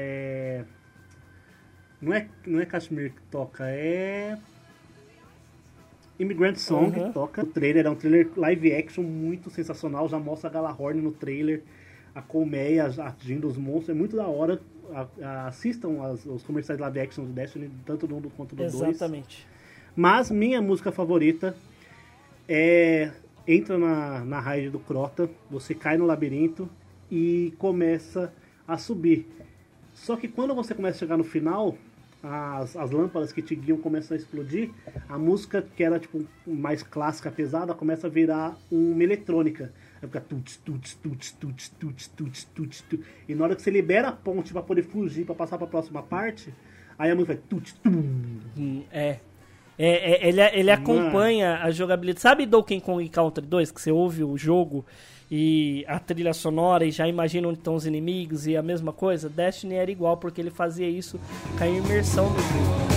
não é Kashmir que toca, é Immigrant Song que toca. O trailer é um trailer live action muito sensacional, já mostra a Galahorn no trailer, a colmeia atingindo os monstros, é muito da hora. Assistam os comerciais live action do Destiny, tanto do 1 quanto do 2. Exatamente. Mas minha música favorita entra na raid do Crota, você cai no labirinto e começa a subir. Só que quando você começa a chegar no final, as lâmpadas que te guiam começam a explodir, a música que era tipo mais clássica, pesada, começa a virar uma eletrônica. Aí fica tuts, tuts, tuts, tuts, tuts, tuts, tuts, tuts. E na hora que você libera a ponte pra poder fugir, pra passar pra próxima parte, aí a música vai tuts, tum. Ele acompanha a jogabilidade. Sabe Donkey Kong Country 2, que você ouve o jogo e a trilha sonora e já imagina onde estão os inimigos e a mesma coisa? Destiny era igual, porque ele fazia isso com a imersão no jogo.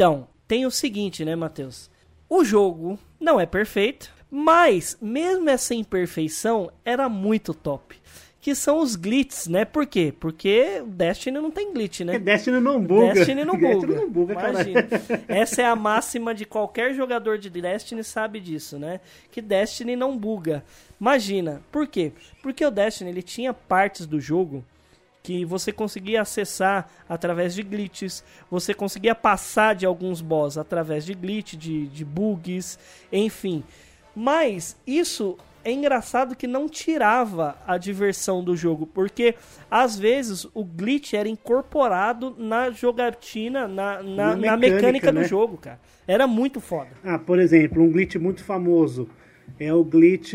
Então, tem o seguinte, né, Matheus? O jogo não é perfeito, mas mesmo essa imperfeição era muito top. Que são os glitches, né? Por quê? Porque Destiny não tem glitch, né? Destiny não buga. Destiny não buga. Destiny não buga, imagina. Essa é a máxima de qualquer jogador de Destiny sabe disso, né? Que Destiny não buga. Imagina. Por quê? Porque o Destiny ele tinha partes do jogo que você conseguia acessar através de glitches, você conseguia passar de alguns boss através de glitch, de bugs, enfim. Mas isso é engraçado que não tirava a diversão do jogo, porque às vezes o glitch era incorporado na jogatina, na mecânica do jogo, cara. Era muito foda. Por exemplo, um glitch muito famoso é o glitch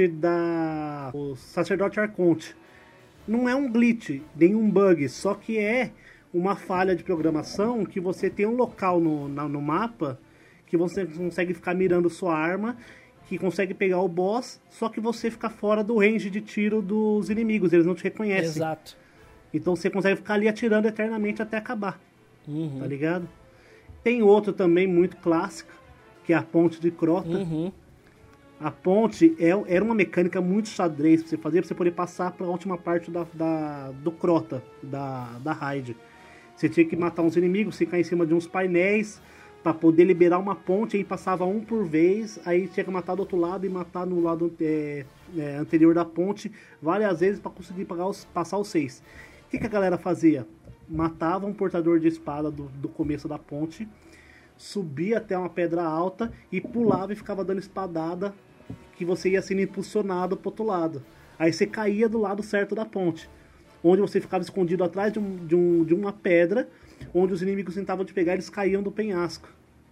o Sacerdote Arconte. Não é um glitch, nem um bug, só que é uma falha de programação que você tem um local no mapa que você consegue ficar mirando sua arma, que consegue pegar o boss, só que você fica fora do range de tiro dos inimigos, eles não te reconhecem. Exato. Então você consegue ficar ali atirando eternamente até acabar, tá ligado? Tem outro também muito clássico, que é a Ponte de Crota. A ponte era uma mecânica muito xadrez pra você fazer, pra você poder passar pra última parte do Crota, da raid. Você tinha que matar uns inimigos, ficar em cima de uns painéis pra poder liberar uma ponte, aí passava um por vez, aí tinha que matar do outro lado e matar no lado anterior da ponte várias vezes pra conseguir passar os 6. O que a galera fazia? Matava um portador de espada do começo da ponte, subia até uma pedra alta e pulava e ficava dando espadada, que você ia sendo impulsionado pro outro lado. Aí você caía do lado certo da ponte, onde você ficava escondido atrás de uma pedra, onde os inimigos tentavam te pegar, eles caíam do penhasco.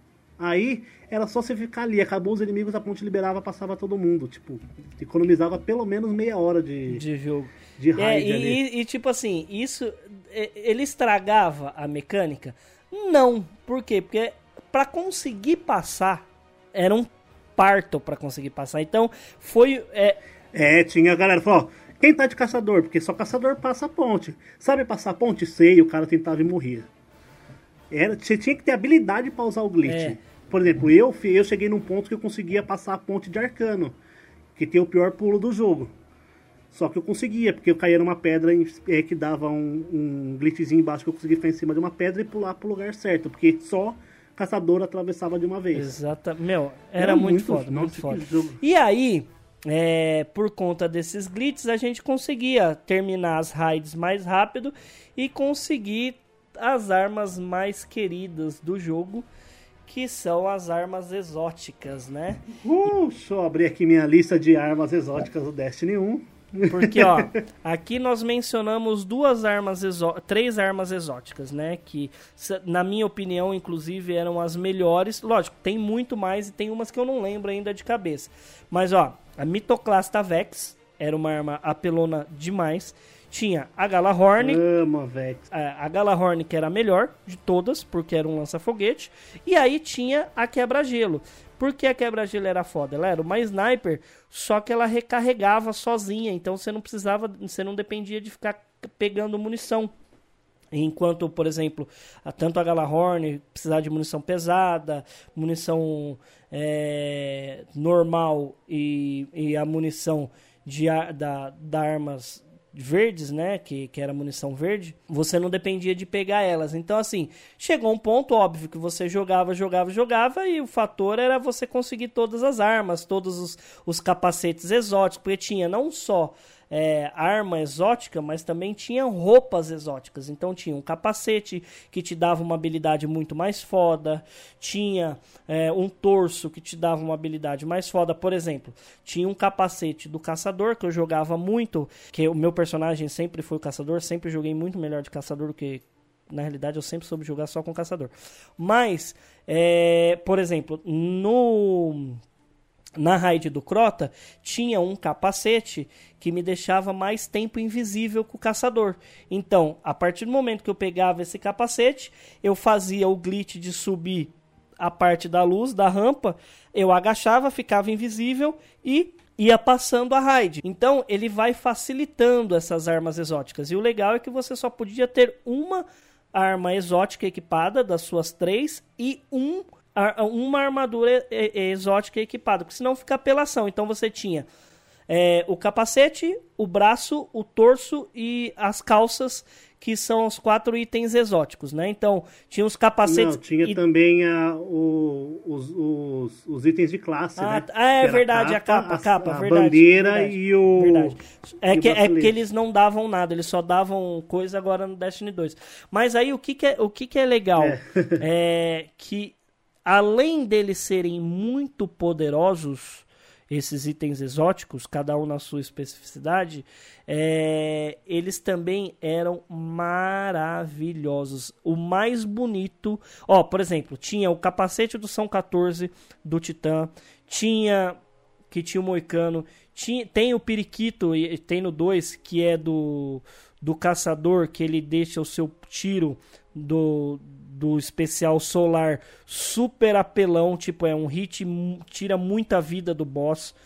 Aí era só você ficar ali, acabou os inimigos, a ponte liberava, passava todo mundo. Tipo, economizava pelo menos meia hora de jogo. De raid ali. E tipo assim, isso ele estragava a mecânica? Não. Por quê? Porque pra conseguir passar era um parto pra conseguir passar. Então foi... tinha a galera falou, quem tá de caçador? Porque só caçador passa a ponte. Sabe passar a ponte? Sei, o cara tentava e morria. Você tinha que ter habilidade pra usar o glitch. Por exemplo, eu cheguei num ponto que eu conseguia passar a ponte de Arcano, que tem o pior pulo do jogo. Só que eu conseguia, porque eu caía numa pedra que dava um glitchzinho embaixo, que eu conseguia ficar em cima de uma pedra e pular pro lugar certo, porque só caçador atravessava de uma vez. Exato. Era muito foda, muito foda. E aí, por conta desses glitches, a gente conseguia terminar as raids mais rápido e conseguir as armas mais queridas do jogo, que são as armas exóticas, né? Deixa eu abrir aqui minha lista de armas exóticas do Destiny 1. Porque, ó, aqui nós mencionamos três armas exóticas, né? Que, na minha opinião, inclusive, eram as melhores. Lógico, tem muito mais e tem umas que eu não lembro ainda de cabeça. Mas, ó, a Mitoclasta Vex era uma arma apelona demais. Tinha a Galahorn. Vex. A Galahorn, que era a melhor de todas, porque era um lança-foguete. E aí tinha a Quebra-Gelo. Por que a Quebra-Gelo era foda? Ela era uma sniper, só que ela recarregava sozinha. Então você não dependia de ficar pegando munição. Enquanto, por exemplo, tanto a Galahorn precisava de munição pesada, munição normal e a munição da armas verdes, né, que era munição verde, você não dependia de pegar elas. Então, assim, chegou um ponto óbvio que você jogava e o fator era você conseguir todas as armas, todos os capacetes exóticos, porque tinha não só arma exótica, mas também tinha roupas exóticas. Então tinha um capacete que te dava uma habilidade muito mais foda, tinha um torso que te dava uma habilidade mais foda. Por exemplo, tinha um capacete do caçador que eu jogava muito, que o meu personagem sempre foi o caçador, sempre joguei muito melhor de caçador do que... Na realidade, eu sempre soube jogar só com caçador. Mas, por exemplo, na raid do Crota, tinha um capacete que me deixava mais tempo invisível com o caçador. Então, a partir do momento que eu pegava esse capacete, eu fazia o glitch de subir a parte da luz, da rampa, eu agachava, ficava invisível e ia passando a raid. Então, ele vai facilitando essas armas exóticas. E o legal é que você só podia ter uma arma exótica equipada das suas 3 e uma armadura exótica equipada, porque senão fica apelação. Então você tinha o capacete, o braço, o torso e as calças, que são os 4 itens exóticos, né? Então, tinha os capacetes... Não, tinha também os itens de classe, né? É verdade, a capa, a verdade. Bandeira verdade, e o... Verdade. É que bracelete. eles não davam nada, eles só davam coisa agora no Destiny 2. Mas aí, o que é legal? É que, além deles serem muito poderosos, esses itens exóticos, cada um na sua especificidade, eles também eram maravilhosos. O mais bonito... por exemplo, tinha o capacete do São 14 do Titã, que tinha o Moicano, tem o Periquito, e tem no 2, que é do caçador, que ele deixa o seu tiro do especial solar super apelão, tipo, é um hit, tira muita vida do boss.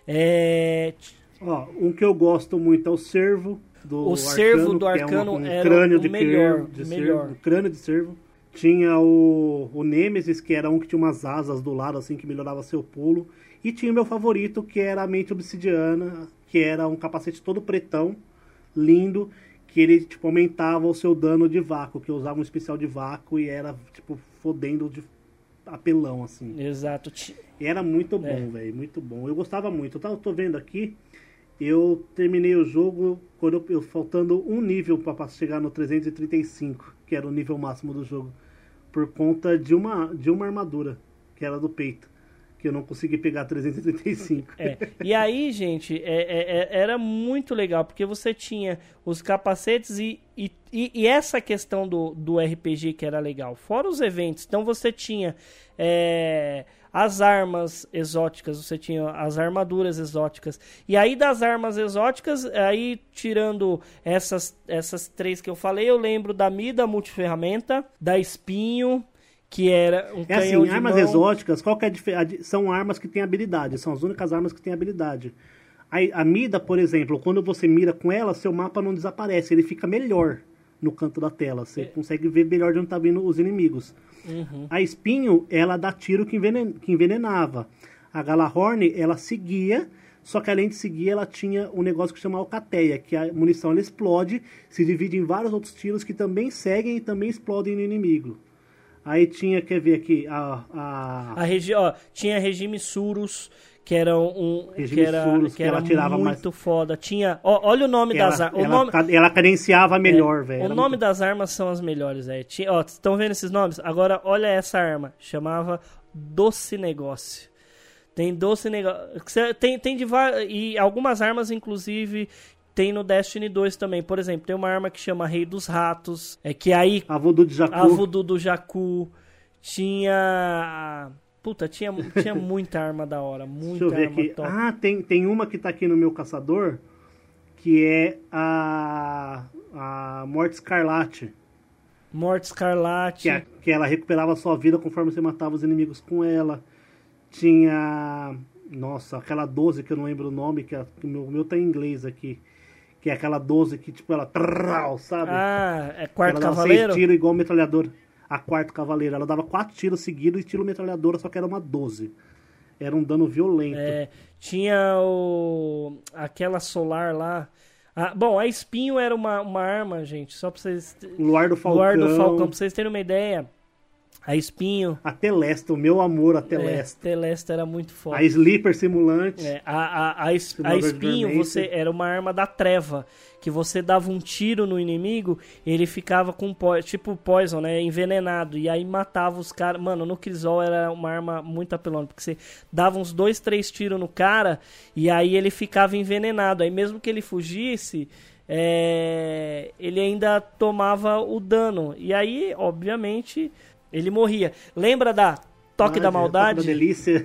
Um que eu gosto muito é o Cervo do Cervo do Arcano, Arcano que é era crânio o de melhor. Cervo, crânio de cervo. Tinha o Nemesis, que era um que tinha umas asas do lado, assim, que melhorava seu pulo. E tinha o meu favorito, que era a Mente Obsidiana, que era um capacete todo pretão, lindo, que ele, tipo, aumentava o seu dano de vácuo, que eu usava um especial de vácuo e era, tipo, fodendo de apelão, assim. Exato. E era muito bom, velho, muito bom. Eu gostava muito. Eu tô vendo aqui, eu terminei o jogo quando eu faltando um nível para chegar no 335, que era o nível máximo do jogo, por conta de uma armadura, que era do peito, que eu não consegui pegar 335. E aí, gente, era muito legal, porque você tinha os capacetes e essa questão do RPG que era legal, fora os eventos. Então você tinha as armas exóticas, você tinha as armaduras exóticas. E aí das armas exóticas, aí tirando essas 3 que eu falei, eu lembro da Mida multiferramenta, da Espinho, que era um canhão assim, de armas mão. exóticas, qual que é a diferença? São armas que têm habilidade, são as únicas armas que têm habilidade. A Mida, por exemplo, quando você mira com ela, seu mapa não desaparece, ele fica melhor no canto da tela, você consegue ver melhor de onde tá vindo os inimigos. Uhum. A Espinho, ela dá tiro que envenenava. A Galahorn, ela seguia, só que além de seguir, ela tinha um negócio que chama Alcateia, que a munição ela explode, se divide em vários outros tiros que também seguem e também explodem no inimigo. Aí tinha, quer ver aqui, tinha Regime Surus, que era que ela tirava muito mais... foda. Tinha, olha o nome das armas. Ela cadenciava melhor, velho. O nome das armas são as melhores, velho. Estão vendo esses nomes? Agora, olha essa arma. Chamava Doce Negócio. Tem Doce Negócio. Tem de várias... E algumas armas, inclusive... Tem no Destiny 2 também. Por exemplo, tem uma arma que chama Rei dos Ratos. Que aí... A Voodoo de Jakku. A Voodoo do Jakku. Tinha... Puta, tinha muita arma da hora. Muita Deixa eu ver arma aqui. top. Tem uma que tá aqui no meu caçador, que é a Morte Escarlate. Morte Escarlate. Que ela recuperava a sua vida conforme você matava os inimigos com ela. Tinha... Nossa, aquela 12 que eu não lembro o nome, que o meu tá em inglês aqui. Que é aquela 12 que, tipo, ela... sabe? É Quarto Cavaleiro? Ela dava 6 tiros igual metralhadora. A Quarto Cavaleiro. Ela dava 4 tiros seguidos, estilo metralhadora, só que era uma 12. Era um dano violento. Tinha aquela solar lá. Bom, a Espinho era uma arma, gente, só pra vocês... Luar do Falcão. Luar do Falcão, pra vocês terem uma ideia. A Espinho. A Telesta, o meu amor, a Telesta. Telesta era muito foda. A Sleeper Simulante. A Espinho, era uma arma da treva. Que você dava um tiro no inimigo, ele ficava com tipo poison, né? Envenenado. E aí matava os caras. Mano, no Crisol era uma arma muito apelona. Porque você dava uns 2, 3 tiros no cara e aí ele ficava envenenado. Aí mesmo que ele fugisse, ele ainda tomava o dano. E aí, obviamente... Ele morria. Lembra da Toque da Maldade? Toque da Delícia.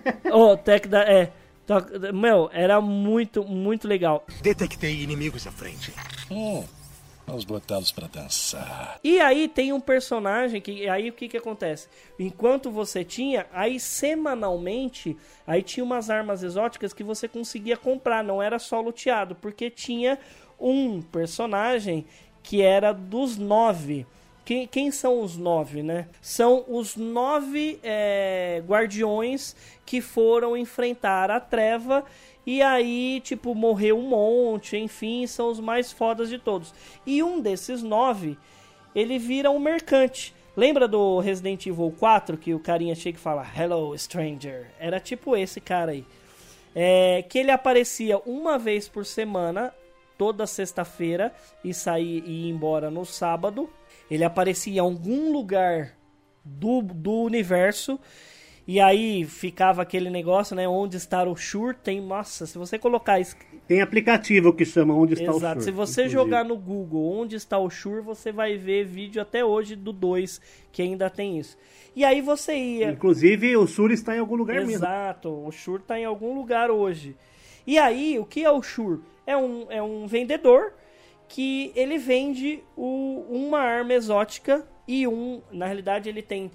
Meu, era muito, muito legal. Detectei inimigos à frente. Vamos botá-los pra dançar. E aí tem um personagem que... Aí o que acontece? Enquanto você tinha... Aí semanalmente... Aí tinha umas armas exóticas que você conseguia comprar. Não era só luteado. Porque tinha um personagem que era dos 9... Quem são os 9, né? São os 9 guardiões que foram enfrentar a treva. E aí, tipo, morreu um monte, enfim, são os mais fodas de todos. E um desses 9, ele vira um mercante. Lembra do Resident Evil 4, que o carinha chega e fala Hello, Stranger? Era tipo esse cara aí. Que ele aparecia uma vez por semana, toda sexta-feira, e ia embora no sábado. Ele aparecia em algum lugar do universo. E aí ficava aquele negócio, né? Onde está o Shur? Nossa, se você colocar... Tem aplicativo que chama Onde Está o Shur. Exato, se você jogar no Google Onde Está o Shur, você vai ver vídeo até hoje do 2, que ainda tem isso. E aí você ia... Inclusive o Shur está em algum lugar mesmo. Exato, o Shur está em algum lugar hoje. E aí, o que é o Shur? É um vendedor que ele vende uma arma exótica e na realidade ele tem...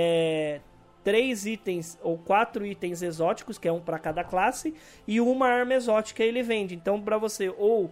3 itens ou 4 itens exóticos, que é um para cada classe, e uma arma exótica ele vende. Então, para você ou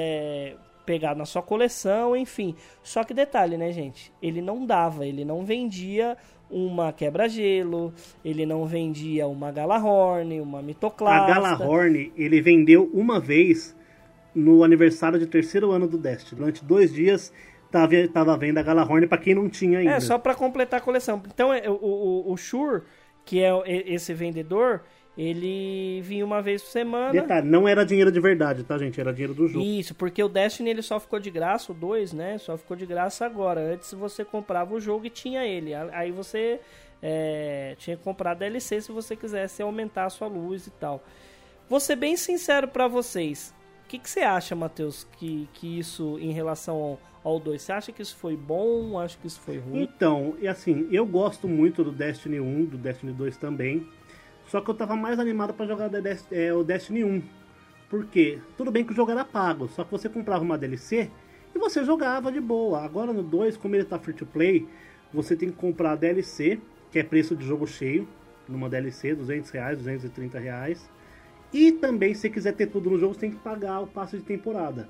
pegar na sua coleção, enfim. Só que detalhe, né, gente? Ele não vendia uma quebra-gelo, ele não vendia uma Galahorn, uma Mitoclasta. A Galahorn, ele vendeu uma vez no aniversário de 3º ano do Destiny. Durante 2 dias... Tava vendo a Galahorn pra quem não tinha ainda. Só pra completar a coleção. Então, o Shur, que é esse vendedor, ele vinha uma vez por semana. Detalhe, não era dinheiro de verdade, tá, gente? Era dinheiro do jogo. Isso, porque o Destiny ele só ficou de graça, o 2, né? Só ficou de graça agora. Antes você comprava o jogo e tinha ele. Aí você tinha que comprar DLC se você quisesse aumentar a sua luz e tal. Vou ser bem sincero pra vocês. O que você acha, Matheus, que isso em relação ao 2? Você acha que isso foi bom? Acha que isso foi ruim? Então, e assim, eu gosto muito do Destiny 1, do Destiny 2 também. Só que eu tava mais animado pra jogar o Destiny 1. Por quê? Tudo bem que o jogo era pago, só que você comprava uma DLC e você jogava de boa. Agora no 2, como ele tá free to play, você tem que comprar a DLC, que é preço de jogo cheio, numa DLC, R$200, R$230. E também, se você quiser ter tudo no jogo, você tem que pagar o passe de temporada.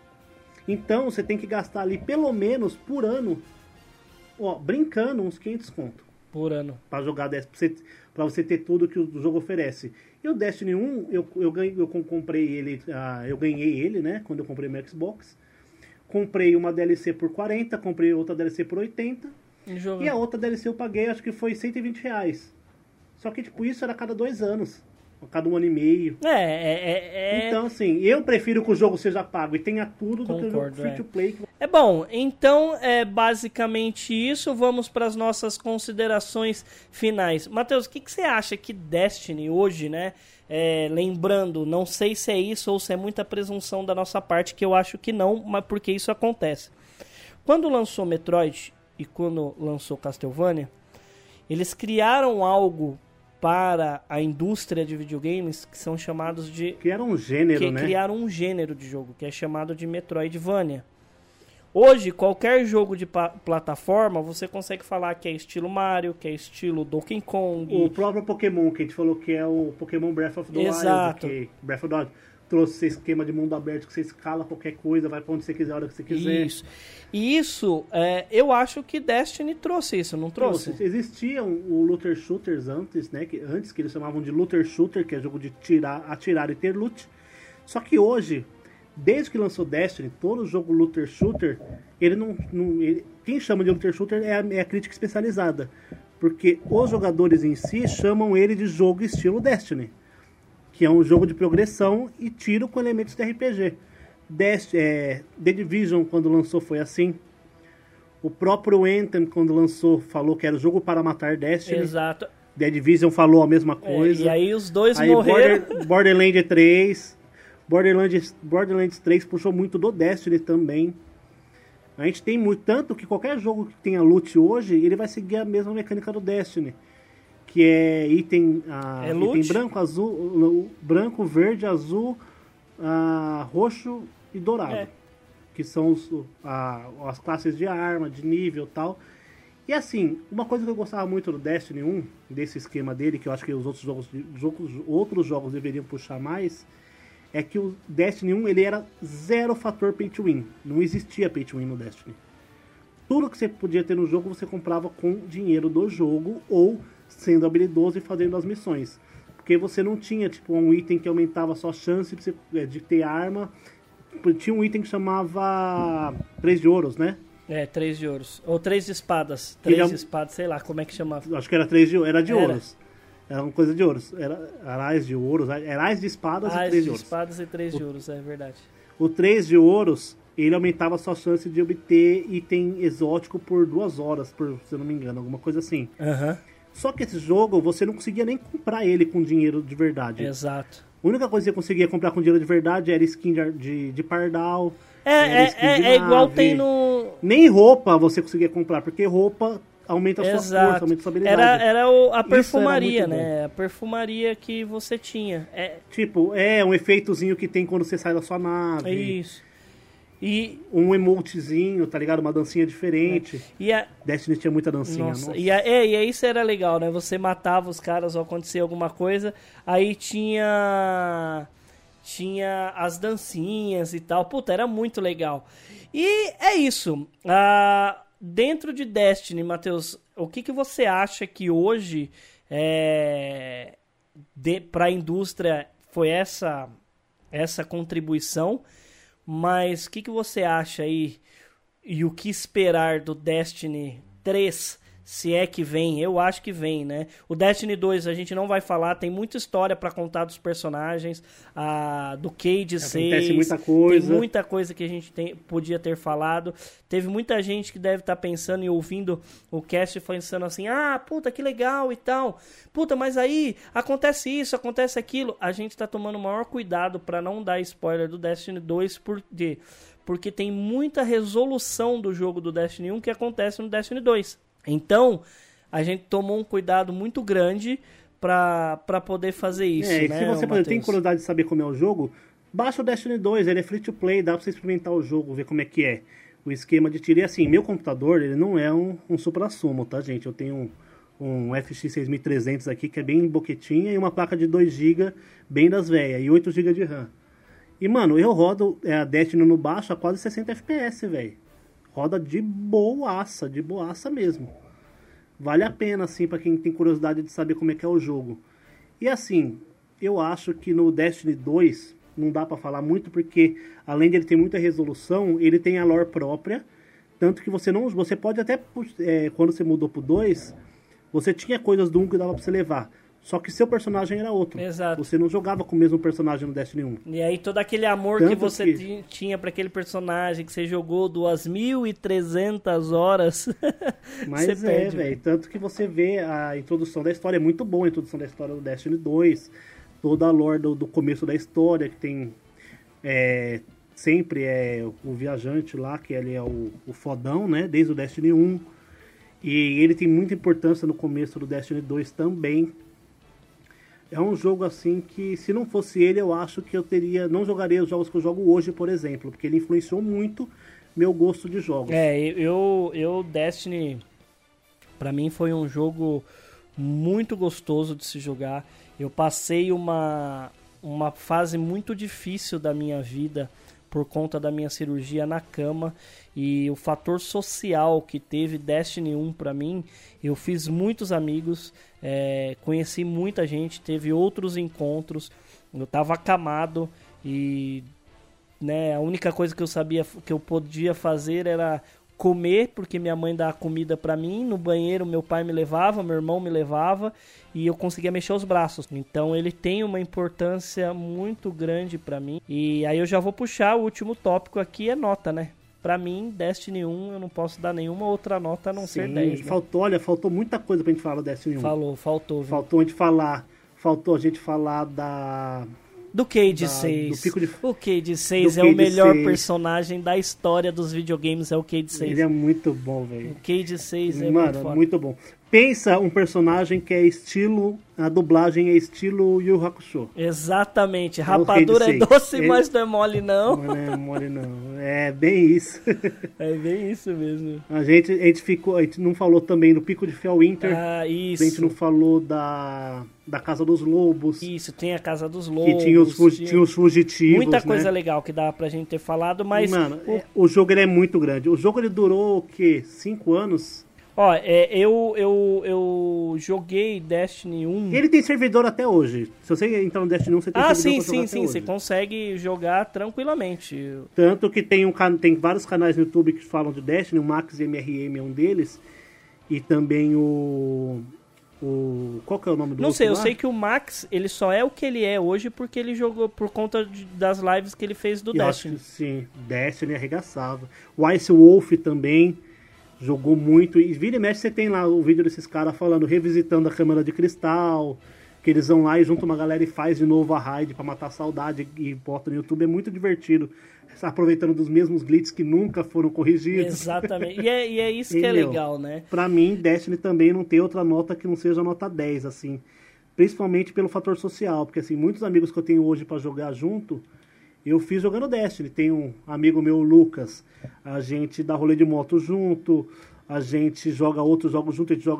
Então, você tem que gastar ali, pelo menos, por ano, brincando, uns 500 conto. Por ano. Pra jogar, pra você ter tudo que o jogo oferece. E o Destiny 1, eu comprei ele, eu ganhei ele, né, quando eu comprei meu Xbox. Comprei uma DLC por 40, comprei outra DLC por 80. E a outra DLC eu paguei, acho que foi R$120. Só que, tipo, isso era a cada 2 anos. A cada 1 ano e meio. Então, assim, eu prefiro que o jogo seja pago e tenha tudo do que o jogo free to play. Bom, então é basicamente isso. Vamos para as nossas considerações finais. Matheus, o que você acha que Destiny hoje, né? Lembrando, não sei se é isso ou se é muita presunção da nossa parte, que eu acho que não, mas porque isso acontece. Quando lançou Metroid e quando lançou Castlevania, eles criaram algo para a indústria de videogames que são chamados de... Criaram um gênero, né? Criaram um gênero de jogo, que é chamado de Metroidvania. Hoje, qualquer jogo de plataforma, você consegue falar que é estilo Mario, que é estilo Donkey Kong. O próprio Pokémon, que a gente falou que é o Pokémon Breath of the Wild. Exato. Que Breath of the Wild trouxe esse esquema de mundo aberto, que você escala qualquer coisa, vai pra onde você quiser, a hora que você quiser. Isso. E isso, eu acho que Destiny trouxe isso, não trouxe? Existiam o Looter Shooters antes, né? Antes que eles chamavam de Looter Shooter, que é jogo de atirar e ter loot. Só que hoje, desde que lançou Destiny, todo jogo Looter Shooter, quem chama de Looter Shooter é a crítica especializada. Porque os jogadores em si chamam ele de jogo estilo Destiny, que é um jogo de progressão e tiro com elementos de RPG. The Division, quando lançou, foi assim. O próprio Anthem, quando lançou, falou que era o jogo para matar Destiny. Exato. The Division falou a mesma coisa. E aí os dois morreram. Borderlands 3. Borderlands 3 puxou muito do Destiny também. A gente tem muito, tanto que qualquer jogo que tenha loot hoje, ele vai seguir a mesma mecânica do Destiny. Que é item branco, azul, branco, verde, azul, roxo e dourado. Que são as classes de arma, de nível e tal. E assim, uma coisa que eu gostava muito do Destiny 1, desse esquema dele, que eu acho que os outros jogos deveriam puxar mais, é que o Destiny 1 ele era zero fator pay to win. Não existia pay to win no Destiny. tudo que você podia ter no jogo você comprava com dinheiro do jogo ou sendo habilidoso e fazendo as missões. Porque você não tinha tipo um item que aumentava a sua chance de ter arma. Tinha um item que chamava 3 de ouros, né? 3 de ouros. Ou 3 de espadas. 3 de espadas, sei lá como é que chamava. Acho que era 3 de ouros. Era de ouros. Era uma coisa de ouros. Era arais de ouros. Arais de espadas e 3 de ouros. Arais de espadas e 3 de ouros, é verdade. O 3 de ouros, ele aumentava a sua chance de obter item exótico por 2 horas, se eu não me engano. Alguma coisa assim. Só que esse jogo, você não conseguia nem comprar ele com dinheiro de verdade. Exato. A única coisa que você conseguia comprar com dinheiro de verdade era skin de pardal. É igual tem no... Nem roupa você conseguia comprar, porque roupa aumenta a sua força, aumenta a sua habilidade. Era a perfumaria, né? A perfumaria que você tinha. Tipo, um efeitozinho que tem quando você sai da sua nave. Isso. E um emotezinho, tá ligado? Uma dancinha diferente. Destiny tinha muita dancinha. Nossa. E isso era legal, né? Você matava os caras ou acontecia alguma coisa, aí tinha as dancinhas e tal. Puta, era muito legal. E é isso. Dentro de Destiny, Matheus, o que você acha que hoje para a indústria foi essa contribuição? Mas o que você acha aí e o que esperar do Destiny 3, se é que vem? Eu acho que vem, né? O Destiny 2 a gente não vai falar, tem muita história pra contar dos personagens, do Cayde 6. Acontece muita coisa. Tem muita coisa que a gente podia ter falado. Teve muita gente que deve estar pensando e ouvindo o cast pensando assim, puta, que legal e tal. Puta, mas aí acontece isso, acontece aquilo. A gente tá tomando o maior cuidado pra não dar spoiler do Destiny 2, porque tem muita resolução do jogo do Destiny 1 que acontece no Destiny 2. Então, a gente tomou um cuidado muito grande pra poder fazer isso, né? Se você tem curiosidade de saber como é o jogo, baixa o Destiny 2, ele é free to play, dá pra você experimentar o jogo, ver como é que é. O esquema de tiro. E assim, meu computador, ele não é um supra-sumo, tá, gente? Eu tenho um FX 6300 aqui, que é bem boquetinha, e uma placa de 2 GB, bem das velhas, e 8 GB de RAM. E, mano, eu rodo a Destiny no baixo a quase 60 FPS, velho. Roda de boaça mesmo. Vale a pena, assim, pra quem tem curiosidade de saber como é que é o jogo. E assim, eu acho que no Destiny 2 não dá pra falar muito, porque além de ele ter muita resolução, ele tem a lore própria. Tanto que você pode até, quando você mudou pro 2, você tinha coisas do 1 que dava pra você levar. Só que seu personagem era outro. Exato. Você não jogava com o mesmo personagem no Destiny 1. E aí todo aquele amor que você tinha para aquele personagem que você jogou 2.300 horas. Mas velho. Tanto que você vê a introdução da história. É muito boa a introdução da história do Destiny 2. Toda a lore do começo da história. Que tem sempre o viajante lá, que ele é o fodão, né? Desde o Destiny 1. E ele tem muita importância no começo do Destiny 2 também. É um jogo assim que, se não fosse ele, eu acho que eu não jogaria os jogos que eu jogo hoje, por exemplo, porque ele influenciou muito meu gosto de jogos. Destiny, pra mim foi um jogo muito gostoso de se jogar. Eu passei uma fase muito difícil da minha vida por conta da minha cirurgia na cama, e o fator social que teve Destiny 1 pra mim, eu fiz muitos amigos, conheci muita gente, teve outros encontros, eu tava acamado e, né, a única coisa que eu sabia que eu podia fazer era comer, porque minha mãe dava comida pra mim, no banheiro meu pai me levava, meu irmão me levava, e eu conseguia mexer os braços. Então ele tem uma importância muito grande pra mim. E aí eu já vou puxar o último tópico aqui, é nota, né? Pra mim, Destiny 1, eu não posso dar nenhuma outra nota a não ser 10. Né? Faltou muita coisa pra gente falar do Destiny 1. Faltou. Viu? Faltou a gente falar do Cayde 6. O Cayde 6 é o melhor personagem da história dos videogames, é o Cayde 6. Ele é muito bom, velho. O Cayde 6 é muito foda. Muito bom. pensa um personagem que é estilo... A dublagem é estilo Yu Yu Hakusho. Exatamente. Rapadura é doce, mas não é mole, não. Não é mole, não. É bem isso. É bem isso mesmo. A gente não falou também do Pico de Fellwinter. Ah, isso. A gente não falou da Casa dos Lobos. Isso, tem a Casa dos Lobos. Que tinha os fugitivos, muita coisa né? legal que dá pra gente ter falado, mas... Mano, o jogo ele é muito grande. O jogo ele durou, o quê? 5 anos? Ó, eu joguei Destiny 1... Ele tem servidor até hoje. Se você entrar no Destiny 1, você tem servidor pra jogar até sim. hoje. Você consegue jogar tranquilamente. Tanto que tem vários canais no YouTube que falam de Destiny, o Max MRM é um deles. E também qual que é o nome do Não outro sei, eu lá? sei que o Max, ele só é o que ele é hoje porque ele jogou por conta das lives que ele fez do Destiny. Sim, Destiny arregaçava. O Ice Wolf também jogou muito. E vira e mexe, você tem lá o vídeo desses caras falando, revisitando a Câmara de Cristal, que eles vão lá e juntam uma galera e faz de novo a raid pra matar a saudade e bota no YouTube. É muito divertido. Aproveitando dos mesmos glitches que nunca foram corrigidos. Exatamente. E é isso que é legal, né? Pra mim, Destiny também não tem outra nota que não seja nota 10, assim. Principalmente pelo fator social. Porque, assim, muitos amigos que eu tenho hoje pra jogar junto, eu fiz jogando Destiny. Tem um amigo meu, Lucas. A gente dá rolê de moto junto. A gente joga outros jogos junto. A gente joga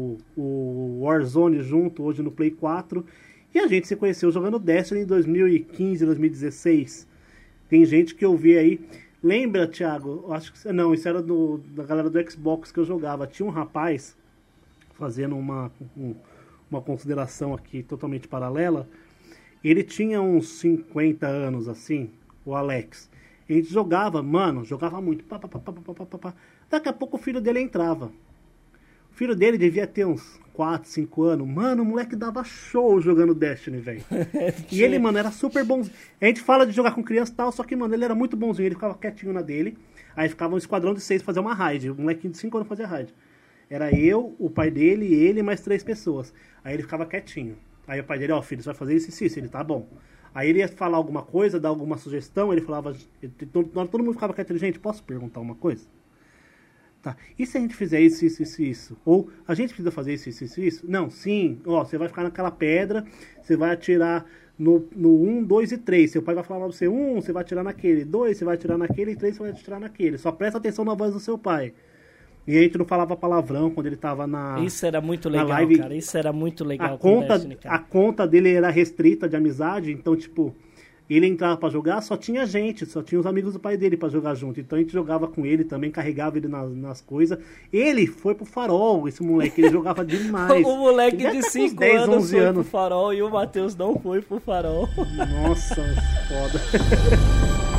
o Warzone junto, hoje no Play 4. E a gente se conheceu jogando Destiny em 2015, 2016. Tem gente que eu vi aí. Lembra, Thiago? Eu acho que não, isso era da galera do Xbox que eu jogava. Tinha um rapaz, fazendo uma consideração aqui totalmente paralela. Ele tinha uns 50 anos, assim, o Alex. A gente jogava muito. Daqui a pouco o filho dele entrava. O filho dele devia ter uns 4, 5 anos. Mano, o moleque dava show jogando Destiny, velho. E ele, mano, era super bonzinho. A gente fala de jogar com criança e tal, só que, mano, ele era muito bonzinho. Ele ficava quietinho na dele. Aí ficava um esquadrão de 6 fazer uma raid. O molequinho de 5 anos fazia raid. Era eu, o pai dele, ele e mais 3 pessoas. Aí ele ficava quietinho. Aí o pai dele, filho, você vai fazer isso e isso. Ele, tá bom. Aí ele ia falar alguma coisa, dar alguma sugestão, ele falava... Todo mundo ficava quieto. Gente, posso perguntar uma coisa? Tá. E se a gente fizer isso, isso, isso, isso? Ou a gente precisa fazer isso, isso, isso, isso? Não, sim. Você vai ficar naquela pedra, você vai atirar no 1, 2 e 3. Seu pai vai falar pra você, 1, você vai atirar naquele. 2, você vai atirar naquele. E 3, você vai atirar naquele. Só presta atenção na voz do seu pai. E a gente não falava palavrão quando ele tava na... Isso era muito legal, live. cara. Isso era muito legal. A conta dele era restrita de amizade, então, tipo... Ele entrava pra jogar, só tinha gente, só tinha os amigos do pai dele pra jogar junto. Então a gente jogava com ele também, carregava ele nas coisas. Ele foi pro Farol, esse moleque, ele jogava demais. O moleque de 5 anos foi pro Farol e o Matheus não foi pro Farol. Nossa, foda.